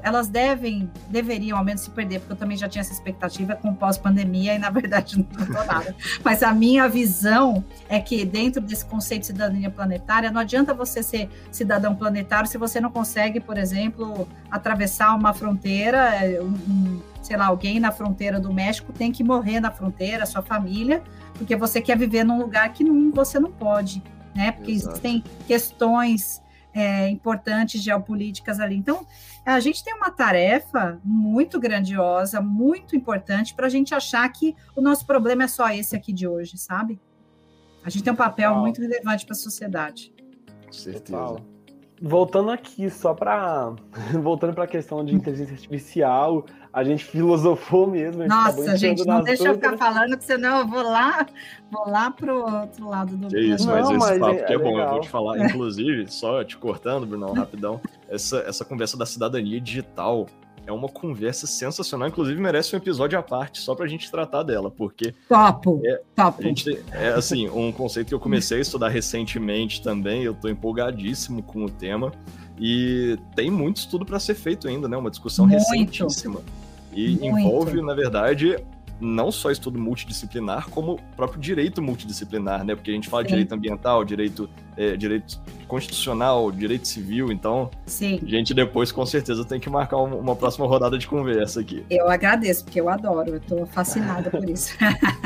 deveriam ao menos se perder, porque eu também já tinha essa expectativa com pós-pandemia e, na verdade, não mudou nada. Mas a minha visão é que dentro desse conceito de cidadania planetária, não adianta você ser cidadão planetário se você não consegue, por exemplo, atravessar uma fronteira, sei lá, alguém na fronteira do México tem que morrer na fronteira, sua família, porque você quer viver num lugar que você não pode, né? Porque existem questões importantes geopolíticas ali. Então, a gente tem uma tarefa muito grandiosa, muito importante, para a gente achar que o nosso problema é só esse aqui de hoje, sabe? A gente tem um papel muito relevante para a sociedade. Com certeza. Voltando aqui, voltando para a questão de inteligência artificial, a gente filosofou mesmo. Nossa, gente, não deixa eu ficar falando, que senão eu vou lá pro outro lado do... Que isso, mas esse papo que é bom, eu vou te falar. Inclusive, só te cortando, Brunão, rapidão, essa conversa da cidadania digital é uma conversa sensacional, inclusive merece um episódio à parte, só pra gente tratar dela, porque... Topo. Assim, um conceito que eu comecei a estudar recentemente também, eu tô empolgadíssimo com o tema, e tem muito estudo para ser feito ainda, né? Uma discussão recentíssima. E envolve, na verdade, não só estudo multidisciplinar, como o próprio direito multidisciplinar, né? Porque a gente fala de direito ambiental, direito constitucional, direito civil, então a gente depois com certeza tem que marcar uma próxima rodada de conversa aqui. Eu agradeço, porque eu adoro, eu tô fascinada por isso.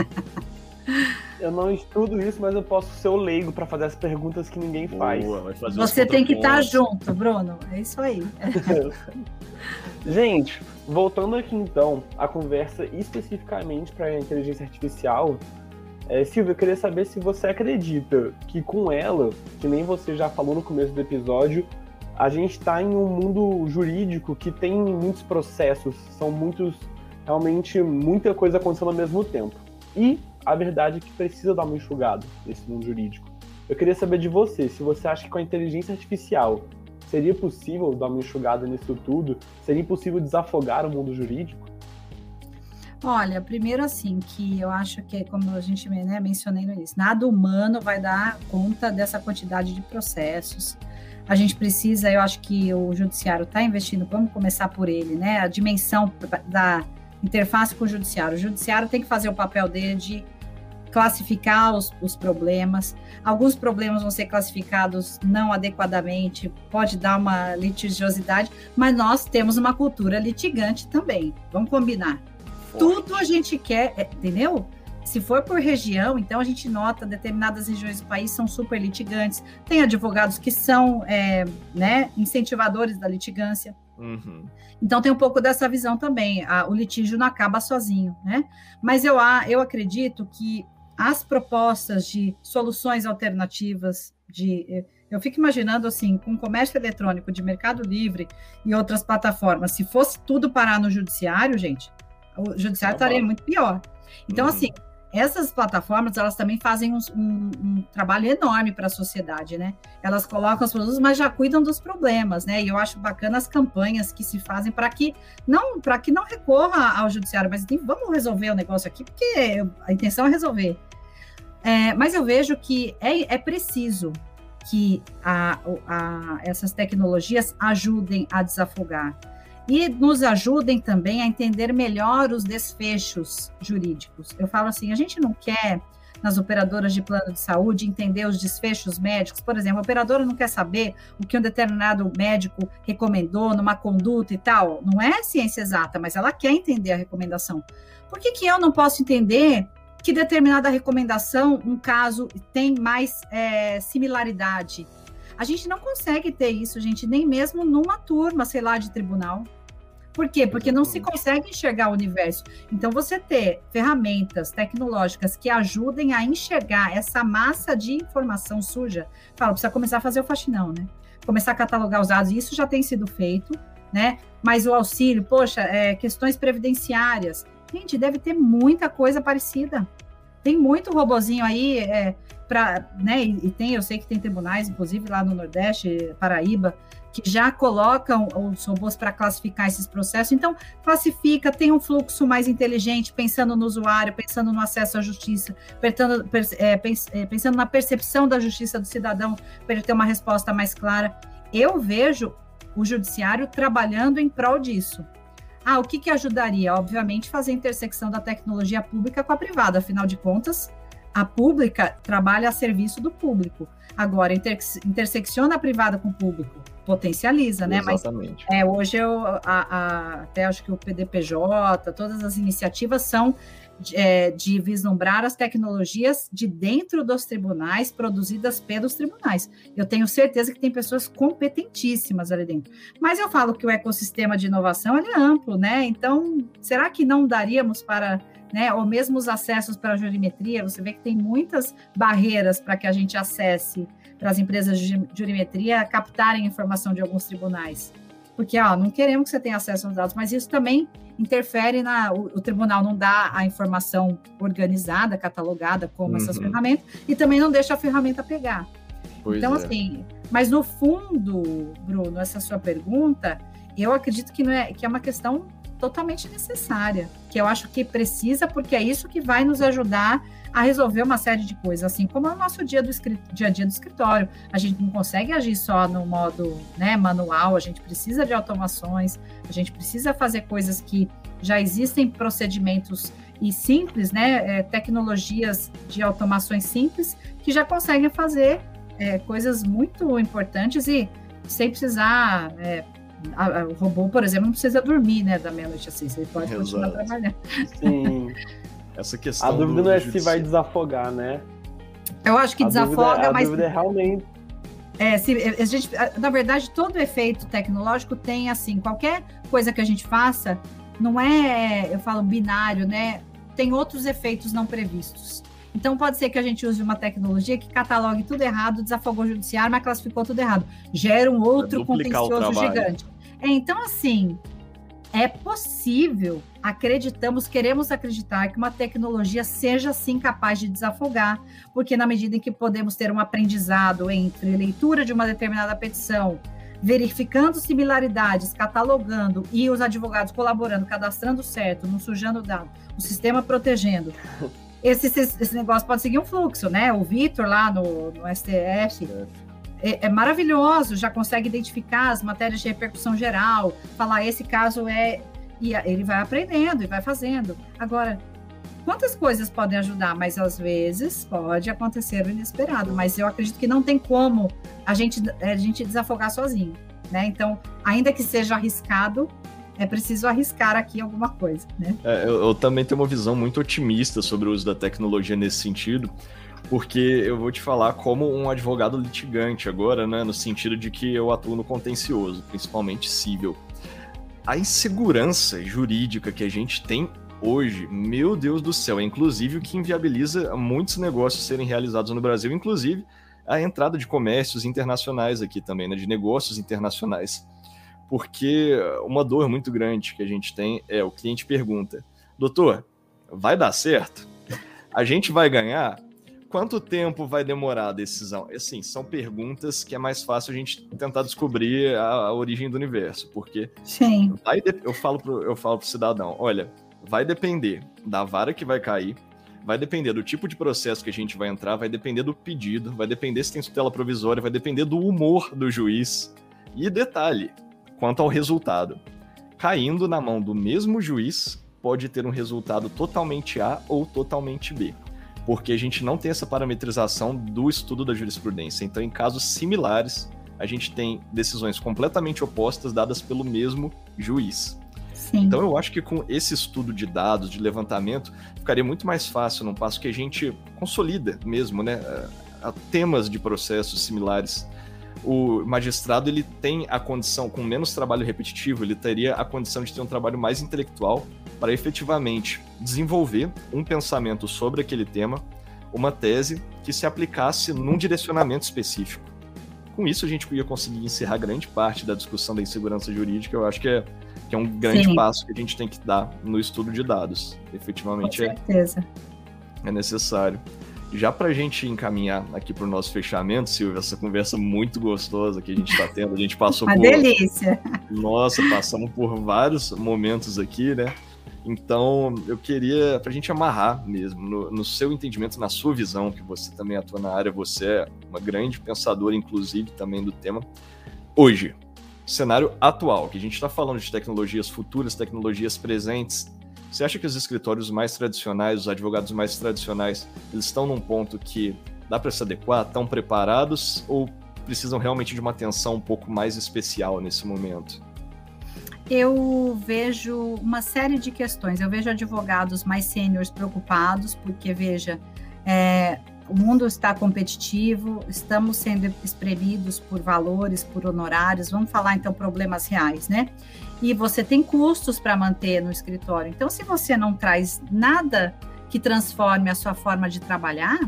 Eu não estudo isso, mas eu posso ser o leigo para fazer as perguntas que ninguém faz. Você tem que estar junto, Bruno. É isso aí. Gente, voltando aqui então, a conversa especificamente para a inteligência artificial, Silvia, eu queria saber se você acredita que com ela, que nem você já falou no começo do episódio, a gente está em um mundo jurídico que tem muitos processos, são realmente muita coisa acontecendo ao mesmo tempo. E a verdade é que precisa dar uma enxugada nesse mundo jurídico. Eu queria saber de você, se você acha que com a inteligência artificial seria possível dar uma enxugada nisso tudo? Seria possível desafogar o mundo jurídico? Olha, primeiro assim, que eu acho que, como a gente mencionei no início, nada humano vai dar conta dessa quantidade de processos. A gente precisa, eu acho que o judiciário está investindo, vamos começar por ele, né? A dimensão da interface com o judiciário. O judiciário tem que fazer o papel dele de classificar os problemas. Alguns problemas vão ser classificados não adequadamente, pode dar uma litigiosidade, mas nós temos uma cultura litigante também, vamos combinar. Tudo a gente quer, entendeu? Se for por região, então a gente nota determinadas regiões do país são super litigantes, tem advogados que são incentivadores da litigância. Uhum. Então tem um pouco dessa visão também, o litígio não acaba sozinho, né? Mas eu acredito que as propostas de soluções alternativas, eu fico imaginando assim, com comércio eletrônico de Mercado Livre e outras plataformas, se fosse tudo parar no judiciário, gente, o judiciário estaria muito pior. Então, assim, essas plataformas, elas também fazem um trabalho enorme para a sociedade, né? Elas colocam os produtos, mas já cuidam dos problemas, né? E eu acho bacana as campanhas que se fazem para que não recorra ao judiciário, mas vamos resolver o negócio aqui, porque a intenção é resolver. Mas eu vejo que é preciso que essas tecnologias ajudem a desafogar. e nos ajudem também a entender melhor os desfechos jurídicos. Eu falo assim, a gente não quer, nas operadoras de plano de saúde, entender os desfechos médicos. Por exemplo, a operadora não quer saber o que um determinado médico recomendou numa conduta e tal. Não é ciência exata, mas ela quer entender a recomendação. Por que eu não posso entender que determinada recomendação, um caso, tem mais similaridade? A gente não consegue ter isso, gente, nem mesmo numa turma, sei lá, de tribunal. Por quê? Porque não se consegue enxergar o universo. Então, você ter ferramentas tecnológicas que ajudem a enxergar essa massa de informação suja, precisa começar a fazer o faxinão, né? Começar a catalogar os dados, isso já tem sido feito, né? Mas o auxílio, questões previdenciárias, gente, deve ter muita coisa parecida. Tem muito robozinho aí, né? E eu sei que tem tribunais, inclusive lá no Nordeste, Paraíba, que já colocam os robôs para classificar esses processos. Então, classifica, tem um fluxo mais inteligente, pensando no usuário, pensando no acesso à justiça, pensando na percepção da justiça do cidadão, para ele ter uma resposta mais clara. Eu vejo o judiciário trabalhando em prol disso. O que ajudaria? Obviamente, fazer a intersecção da tecnologia pública com a privada. Afinal de contas, a pública trabalha a serviço do público. Agora, intersecciona a privada com o público, potencializa, né? Exatamente. Mas hoje até acho que o PDPJ, todas as iniciativas são de vislumbrar as tecnologias de dentro dos tribunais, produzidas pelos tribunais. Eu tenho certeza que tem pessoas competentíssimas ali dentro. Mas eu falo que o ecossistema de inovação ele é amplo, né? Então, será que não daríamos para, né, ou mesmo os acessos para a jurimetria? Você vê que tem muitas barreiras para que a gente acesse, para as empresas de jurimetria captarem informação de alguns tribunais. Porque, não queremos que você tenha acesso aos dados, mas isso também interfere o tribunal não dá a informação organizada, catalogada como essas ferramentas, e também não deixa a ferramenta pegar. Então, assim, mas no fundo, Bruno, essa sua pergunta, eu acredito que é uma questão totalmente necessária, que eu acho que precisa, porque é isso que vai nos ajudar a resolver uma série de coisas, assim como é o nosso dia a dia do escritório. A gente não consegue agir só no modo, né, manual, a gente precisa de automações, a gente precisa fazer coisas que já existem, procedimentos e simples, né, tecnologias de automações simples que já conseguem fazer coisas muito importantes e sem precisar... o robô, por exemplo, não precisa dormir, né, da meia-noite assim, você pode continuar trabalhando. Sim. Essa questão. A dúvida não é se vai desafogar, né? Eu acho que desafoga, mas... A dúvida é realmente... na verdade, todo efeito tecnológico tem, assim, qualquer coisa que a gente faça, não é, eu falo binário, né? Tem outros efeitos não previstos. Então, pode ser que a gente use uma tecnologia que catalogue tudo errado, desafogou o judiciário, mas classificou tudo errado. Gera um outro contencioso gigante. Então, assim, é possível, queremos acreditar que uma tecnologia seja, sim, capaz de desafogar, porque na medida em que podemos ter um aprendizado entre leitura de uma determinada petição, verificando similaridades, catalogando e os advogados colaborando, cadastrando certo, não sujando dado, o sistema protegendo... Esse negócio pode seguir um fluxo, né? O Vitor lá no STF é maravilhoso, já consegue identificar as matérias de repercussão geral, falar esse caso e ele vai aprendendo e vai fazendo. Agora, quantas coisas podem ajudar? Mas às vezes pode acontecer o inesperado, mas eu acredito que não tem como a gente desafogar sozinho, né? Então, ainda que seja arriscado, é preciso arriscar aqui alguma coisa, né? Eu também tenho uma visão muito otimista sobre o uso da tecnologia nesse sentido, porque eu vou te falar como um advogado litigante agora, né, no sentido de que eu atuo no contencioso, principalmente civil. A insegurança jurídica que a gente tem hoje, meu Deus do céu, é inclusive o que inviabiliza muitos negócios serem realizados no Brasil, inclusive a entrada de comércios internacionais aqui também, né, de negócios internacionais. Porque uma dor muito grande que a gente tem é o cliente pergunta: doutor, vai dar certo? A gente vai ganhar? Quanto tempo vai demorar a decisão? Assim, são perguntas que é mais fácil a gente tentar descobrir a origem do universo, porque sim. Eu falo pro cidadão, olha, vai depender da vara que vai cair, vai depender do tipo de processo que a gente vai entrar, vai depender do pedido, vai depender se tem tutela provisória, vai depender do humor do juiz. E detalhe, quanto ao resultado. caindo na mão do mesmo juiz, pode ter um resultado totalmente A ou totalmente B, porque a gente não tem essa parametrização do estudo da jurisprudência. Então, em casos similares, a gente tem decisões completamente opostas dadas pelo mesmo juiz. Sim. Então, eu acho que com esse estudo de dados, de levantamento, ficaria muito mais fácil, num passo que a gente consolida mesmo, né, temas de processos similares. O magistrado, ele tem a condição, com menos trabalho repetitivo, ele teria a condição de ter um trabalho mais intelectual para efetivamente desenvolver um pensamento sobre aquele tema, uma tese que se aplicasse num direcionamento específico. Com isso, a gente ia conseguir encerrar grande parte da discussão da insegurança jurídica. Eu acho que é um grande passo que a gente tem que dar no estudo de dados. Efetivamente, com certeza. É necessário. Já para a gente encaminhar aqui para o nosso fechamento, Silvia, essa conversa muito gostosa que a gente está tendo, a gente passou Uma delícia! Nossa, passamos por vários momentos aqui, né? Então, eu queria, para a gente amarrar mesmo, no seu entendimento, na sua visão, que você também atua na área, você é uma grande pensadora, inclusive, também do tema. Hoje, cenário atual, que a gente está falando de tecnologias futuras, tecnologias presentes, você acha que os escritórios mais tradicionais, os advogados mais tradicionais, eles estão num ponto que dá para se adequar, estão preparados ou precisam realmente de uma atenção um pouco mais especial nesse momento? Eu vejo uma série de questões. Eu vejo advogados mais sêniores preocupados, porque, veja, o mundo está competitivo, estamos sendo espremidos por valores, por honorários, vamos falar, então, problemas reais, né? E você tem custos para manter no escritório. Então, se você não traz nada que transforme a sua forma de trabalhar,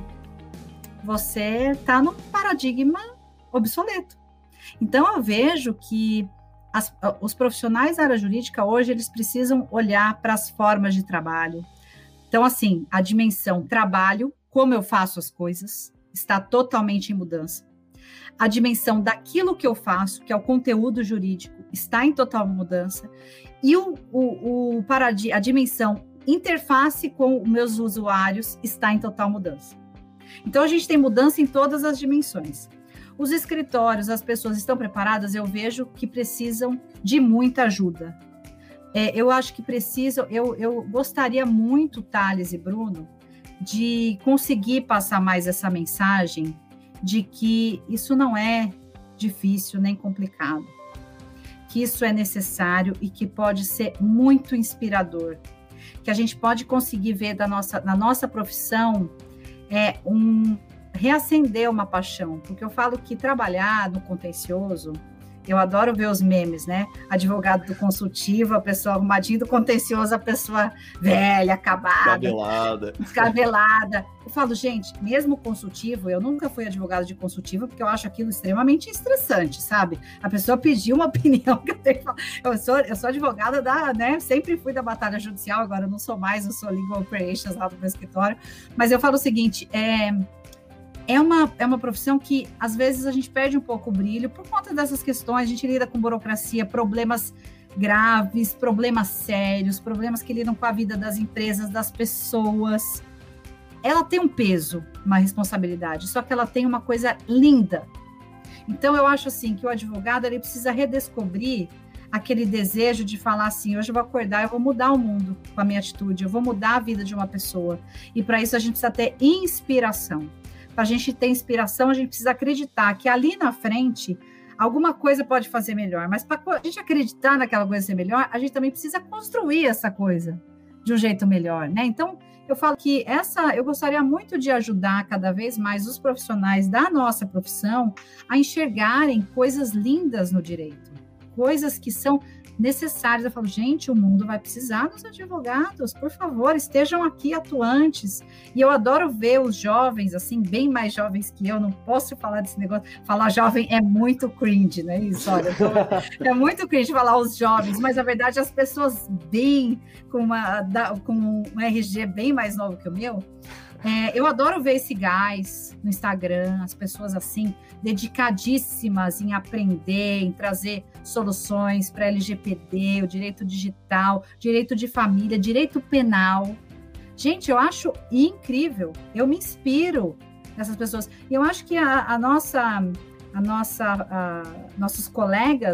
você está num paradigma obsoleto. Então, eu vejo que os profissionais da área jurídica hoje, eles precisam olhar para as formas de trabalho. Então, assim, a dimensão trabalho, como eu faço as coisas, está totalmente em mudança. A dimensão daquilo que eu faço, que é o conteúdo jurídico, está em total mudança. E a dimensão interface com os meus usuários está em total mudança. Então, a gente tem mudança em todas as dimensões. Os escritórios, as pessoas estão preparadas? Eu vejo que precisam de muita ajuda. Eu acho que precisam, eu gostaria muito, Thales e Bruno, de conseguir passar mais essa mensagem de que isso não é difícil nem complicado, que isso é necessário e que pode ser muito inspirador, que a gente pode conseguir ver na nossa profissão reacender uma paixão, porque eu falo que trabalhar no contencioso, eu adoro ver os memes, né? Advogado do consultivo, a pessoa arrumadinha, do contencioso, a pessoa velha, acabada, descabelada. Eu falo, gente, mesmo consultivo, eu nunca fui advogado de consultivo, porque eu acho aquilo extremamente estressante, sabe? A pessoa pediu uma opinião que eu tenho que falar. Eu sou advogada né? Sempre fui da batalha judicial, agora eu não sou mais, eu sou legal operations lá do meu escritório. Mas eu falo o seguinte, é uma profissão que, às vezes, a gente perde um pouco o brilho por conta dessas questões. A gente lida com burocracia, problemas graves, problemas sérios, problemas que lidam com a vida das empresas, das pessoas. Ela tem um peso, uma responsabilidade, só que ela tem uma coisa linda. Então, eu acho assim que o advogado ele precisa redescobrir aquele desejo de falar assim, hoje eu vou acordar, eu vou mudar o mundo com a minha atitude, eu vou mudar a vida de uma pessoa. E, para isso, a gente precisa ter inspiração. Para a gente ter inspiração, a gente precisa acreditar que ali na frente alguma coisa pode fazer melhor. Mas para a gente acreditar naquela coisa ser melhor, a gente também precisa construir essa coisa de um jeito melhor, né? Então, eu falo que eu gostaria muito de ajudar cada vez mais os profissionais da nossa profissão a enxergarem coisas lindas no direito, coisas que são necessárias. Eu falo, gente, o mundo vai precisar dos advogados, por favor, estejam aqui atuantes. E eu adoro ver os jovens, assim, bem mais jovens que eu, não posso falar desse negócio, falar jovem é muito cringe, né? Isso, olha, é muito cringe falar os jovens, mas, na verdade, as pessoas bem, com um RG bem mais novo que o meu, eu adoro ver esse gás no Instagram, as pessoas assim, dedicadíssimas em aprender, em trazer soluções para LGPD, o direito digital, direito de família, direito penal. Gente, eu acho incrível, eu me inspiro nessas pessoas. E eu acho que nossos colegas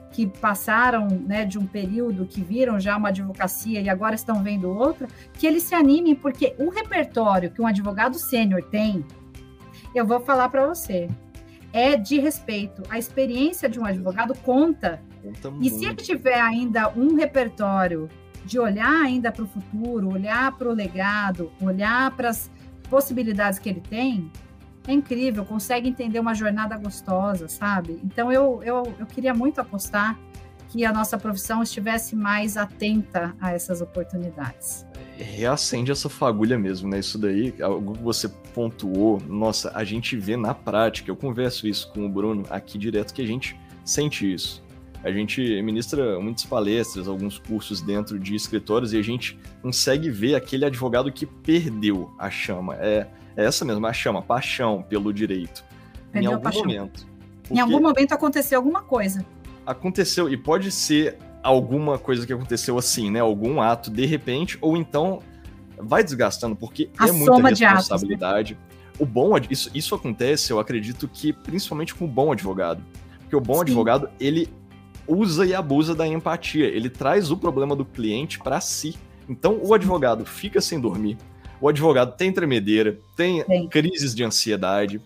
que passaram, né, de um período, que viram já uma advocacia e agora estão vendo outra, que eles se animem, porque o repertório que um advogado sênior tem, eu vou falar para você, é de respeito. A experiência de um advogado conta. E se ele tiver ainda um repertório de olhar ainda para o futuro, olhar para o legado, olhar para as possibilidades que ele tem, é incrível, consegue entender uma jornada gostosa, sabe? Então, eu queria muito apostar que a nossa profissão estivesse mais atenta a essas oportunidades. Reacende essa fagulha mesmo, né? Isso daí, algo que você pontuou, nossa, a gente vê na prática, eu converso isso com o Bruno aqui direto, que a gente sente isso. A gente ministra muitas palestras, alguns cursos dentro de escritórios e a gente consegue ver aquele advogado que perdeu a chama. É essa mesmo, a chama, a paixão pelo direito. Perdeu em algum momento. Em algum momento aconteceu alguma coisa. Aconteceu, e pode ser alguma coisa que aconteceu assim, né? Algum ato de repente, ou então vai desgastando, porque é muita responsabilidade. O bom, isso acontece, eu acredito que principalmente com o bom advogado. Porque o bom advogado, ele usa e abusa da empatia, ele traz o problema do cliente para si. Então o advogado fica sem dormir, o advogado tem tremedeira, tem crises de ansiedade,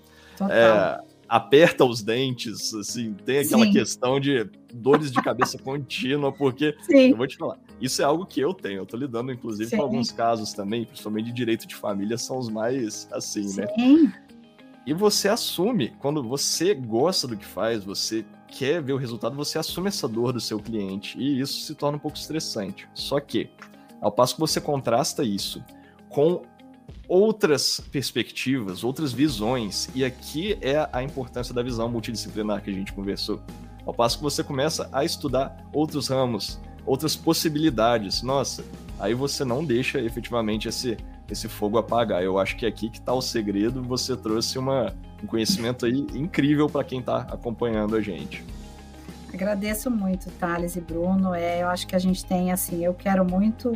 aperta os dentes, assim, tem aquela questão de dores de cabeça contínua, porque, eu vou te falar, isso é algo que eu tenho, eu tô lidando, inclusive, com alguns casos também, principalmente de direito de família, são os mais, assim, né? E você assume, quando você gosta do que faz, você quer ver o resultado, você assume essa dor do seu cliente, e isso se torna um pouco estressante. Só que, ao passo que você contrasta isso com outras perspectivas, outras visões, e aqui é a importância da visão multidisciplinar que a gente conversou. Ao passo que você começa a estudar outros ramos, outras possibilidades, nossa, aí você não deixa efetivamente esse fogo apagar. Eu acho que é aqui que está o segredo, você trouxe um conhecimento aí incrível para quem está acompanhando a gente. Agradeço muito, Thales e Bruno, eu acho que a gente tem, assim, eu quero muito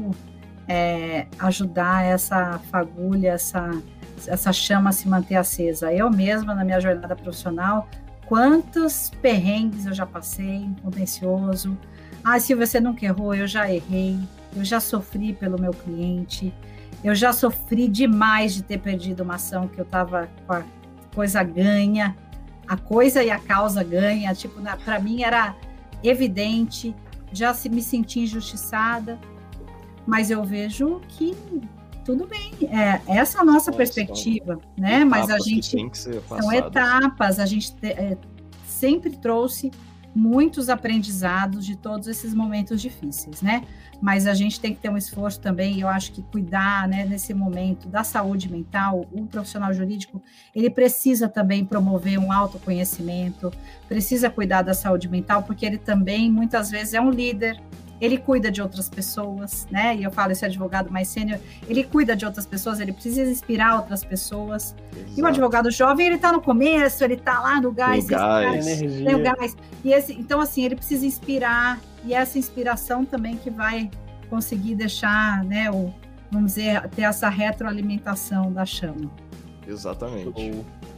ajudar essa fagulha, essa chama a se manter acesa. Eu mesma, na minha jornada profissional, quantos perrengues eu já passei, contencioso. Silvia, você nunca errou, eu já errei, eu já sofri pelo meu cliente, eu já sofri demais de ter perdido uma ação que eu estava com a coisa ganha, a coisa e a causa ganha, tipo, para mim era evidente, já me senti injustiçada, mas eu vejo que tudo bem, essa é a nossa perspectiva, né? Mas a gente, são etapas, a gente sempre trouxe muitos aprendizados de todos esses momentos difíceis, né? Mas a gente tem que ter um esforço também, eu acho que cuidar, né, nesse momento da saúde mental, o profissional jurídico, ele precisa também promover um autoconhecimento, precisa cuidar da saúde mental, porque ele também, muitas vezes, é um líder, ele cuida de outras pessoas, né? E eu falo, esse advogado mais sênior, ele cuida de outras pessoas, ele precisa inspirar outras pessoas. Exato. E o advogado jovem, ele está no começo, ele está lá no gás. Tem o gás. Então, assim, ele precisa inspirar, e essa inspiração também que vai conseguir deixar, né, vamos dizer, ter essa retroalimentação da chama. Exatamente.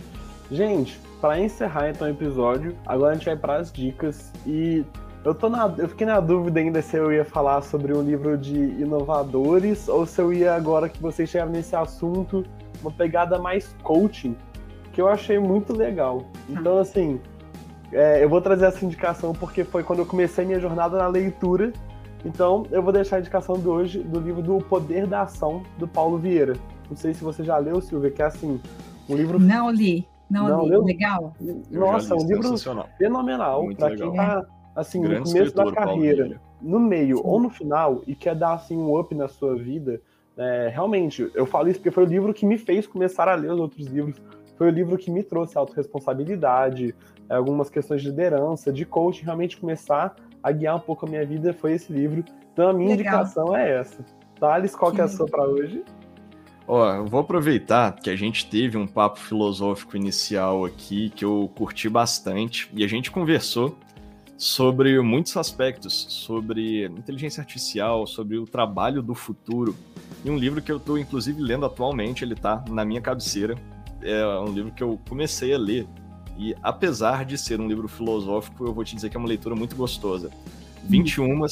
Gente, para encerrar então o episódio, agora a gente vai para as dicas e eu fiquei na dúvida ainda se eu ia falar sobre um livro de inovadores ou se eu ia, agora que vocês chegaram nesse assunto, uma pegada mais coaching, que eu achei muito legal. Então, assim, eu vou trazer essa indicação porque foi quando eu comecei minha jornada na leitura. Então, eu vou deixar a indicação de hoje do livro do O Poder da Ação, do Paulo Vieira. Não sei se você já leu, Silvia, que é assim, um livro... Não li. Legal. Nossa, é um livro fenomenal para quem tá... assim, no começo da carreira, no meio ou no final, e quer dar assim, um up na sua vida, realmente, eu falo isso porque foi o livro que me fez começar a ler os outros livros, foi o livro que me trouxe autorresponsabilidade, algumas questões de liderança, de coaching, realmente começar a guiar um pouco a minha vida, foi esse livro. Então a minha indicação é essa. Thales, qual que é a sua para hoje? Eu vou aproveitar que a gente teve um papo filosófico inicial aqui, que eu curti bastante, e a gente conversou sobre muitos aspectos, sobre inteligência artificial, sobre o trabalho do futuro. E um livro que eu estou, inclusive, lendo atualmente, ele está na minha cabeceira. É um livro que eu comecei a ler E apesar de ser um livro filosófico, eu vou te dizer que é uma leitura muito gostosa. 21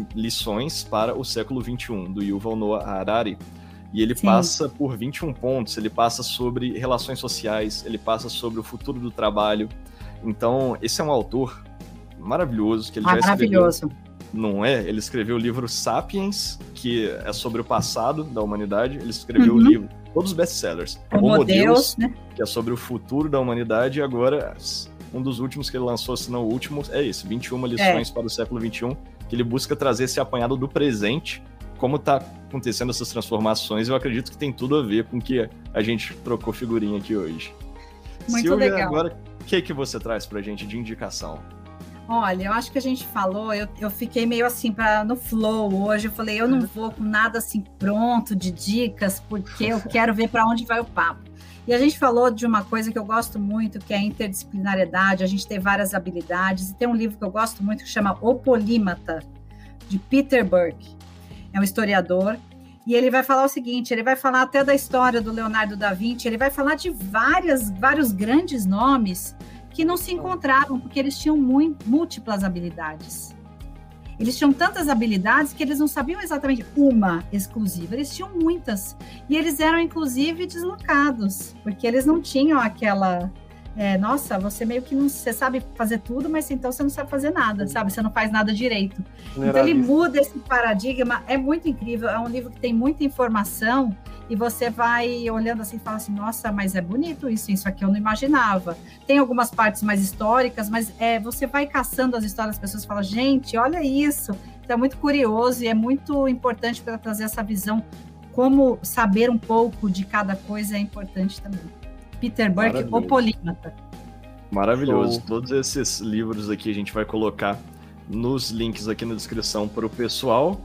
lições para o século XXI, do Yuval Noah Harari. E ele passa por 21 pontos, ele passa sobre relações sociais, ele passa sobre o futuro do trabalho. Então, esse é um autor maravilhoso, que ele já escreveu. Não é? Ele escreveu o livro Sapiens, que é sobre o passado da humanidade. Ele escreveu o livro, todos os best-sellers. Homo Deus, né? Que é sobre o futuro da humanidade. E agora, um dos últimos que ele lançou, se não o último, é esse, 21 lições para o século XXI, que ele busca trazer esse apanhado do presente, como está acontecendo essas transformações. Eu acredito que tem tudo a ver com o que a gente trocou figurinha aqui hoje. Muito Silvia, legal. Agora, o que você traz para a gente de indicação? Olha, eu acho que a gente falou, eu fiquei meio assim no flow hoje, eu falei, eu não vou com nada assim pronto de dicas, porque eu quero ver para onde vai o papo. E a gente falou de uma coisa que eu gosto muito, que é a interdisciplinariedade, a gente tem várias habilidades, e tem um livro que eu gosto muito que chama O Polímata, de Peter Burke. É um historiador, e ele vai falar o seguinte, ele vai falar até da história do Leonardo da Vinci, ele vai falar de vários grandes nomes que não se encontravam, porque eles tinham múltiplas habilidades. Eles tinham tantas habilidades que eles não sabiam exatamente uma exclusiva, eles tinham muitas. E eles eram, inclusive, deslocados, porque eles não tinham aquela... nossa, você meio que não... Você sabe fazer tudo, mas então você não sabe fazer nada, sabe? Você não faz nada direito. Então ele muda esse paradigma, é muito incrível, é um livro que tem muita informação, e você vai olhando assim e fala assim, nossa, mas é bonito isso aqui eu não imaginava. Tem algumas partes mais históricas, mas você vai caçando as histórias das pessoas e fala, gente, olha isso. Então é muito curioso e é muito importante para trazer essa visão, como saber um pouco de cada coisa é importante também. Peter Burke, O Polímata. Maravilhoso. Todos esses livros aqui a gente vai colocar nos links aqui na descrição para o pessoal.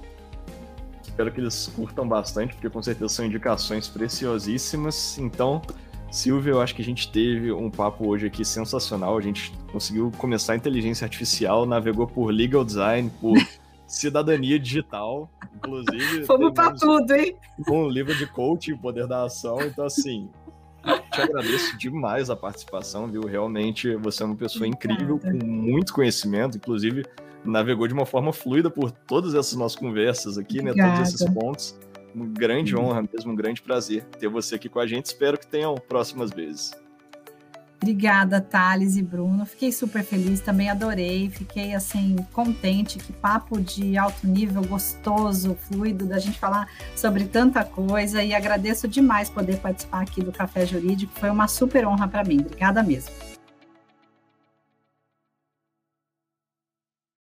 Espero que eles curtam bastante, porque com certeza são indicações preciosíssimas. Então, Silvia, eu acho que a gente teve um papo hoje aqui sensacional. A gente conseguiu começar a inteligência artificial, navegou por legal design, por cidadania digital, inclusive. Fomos para tudo, hein? Um livro de coaching, Poder da Ação. Então, assim, te agradeço demais a participação, viu? Realmente você é uma pessoa incrível, com muito conhecimento, inclusive navegou de uma forma fluida por todas essas nossas conversas aqui, né? Todos esses pontos. Uma grande honra mesmo, um grande prazer ter você aqui com a gente. Espero que tenham próximas vezes. Obrigada, Thales e Bruno. Fiquei super feliz, também adorei. Fiquei, assim, contente. Que papo de alto nível, gostoso, fluido, da gente falar sobre tanta coisa. E agradeço demais poder participar aqui do Café Jurídico. Foi uma super honra para mim. Obrigada mesmo.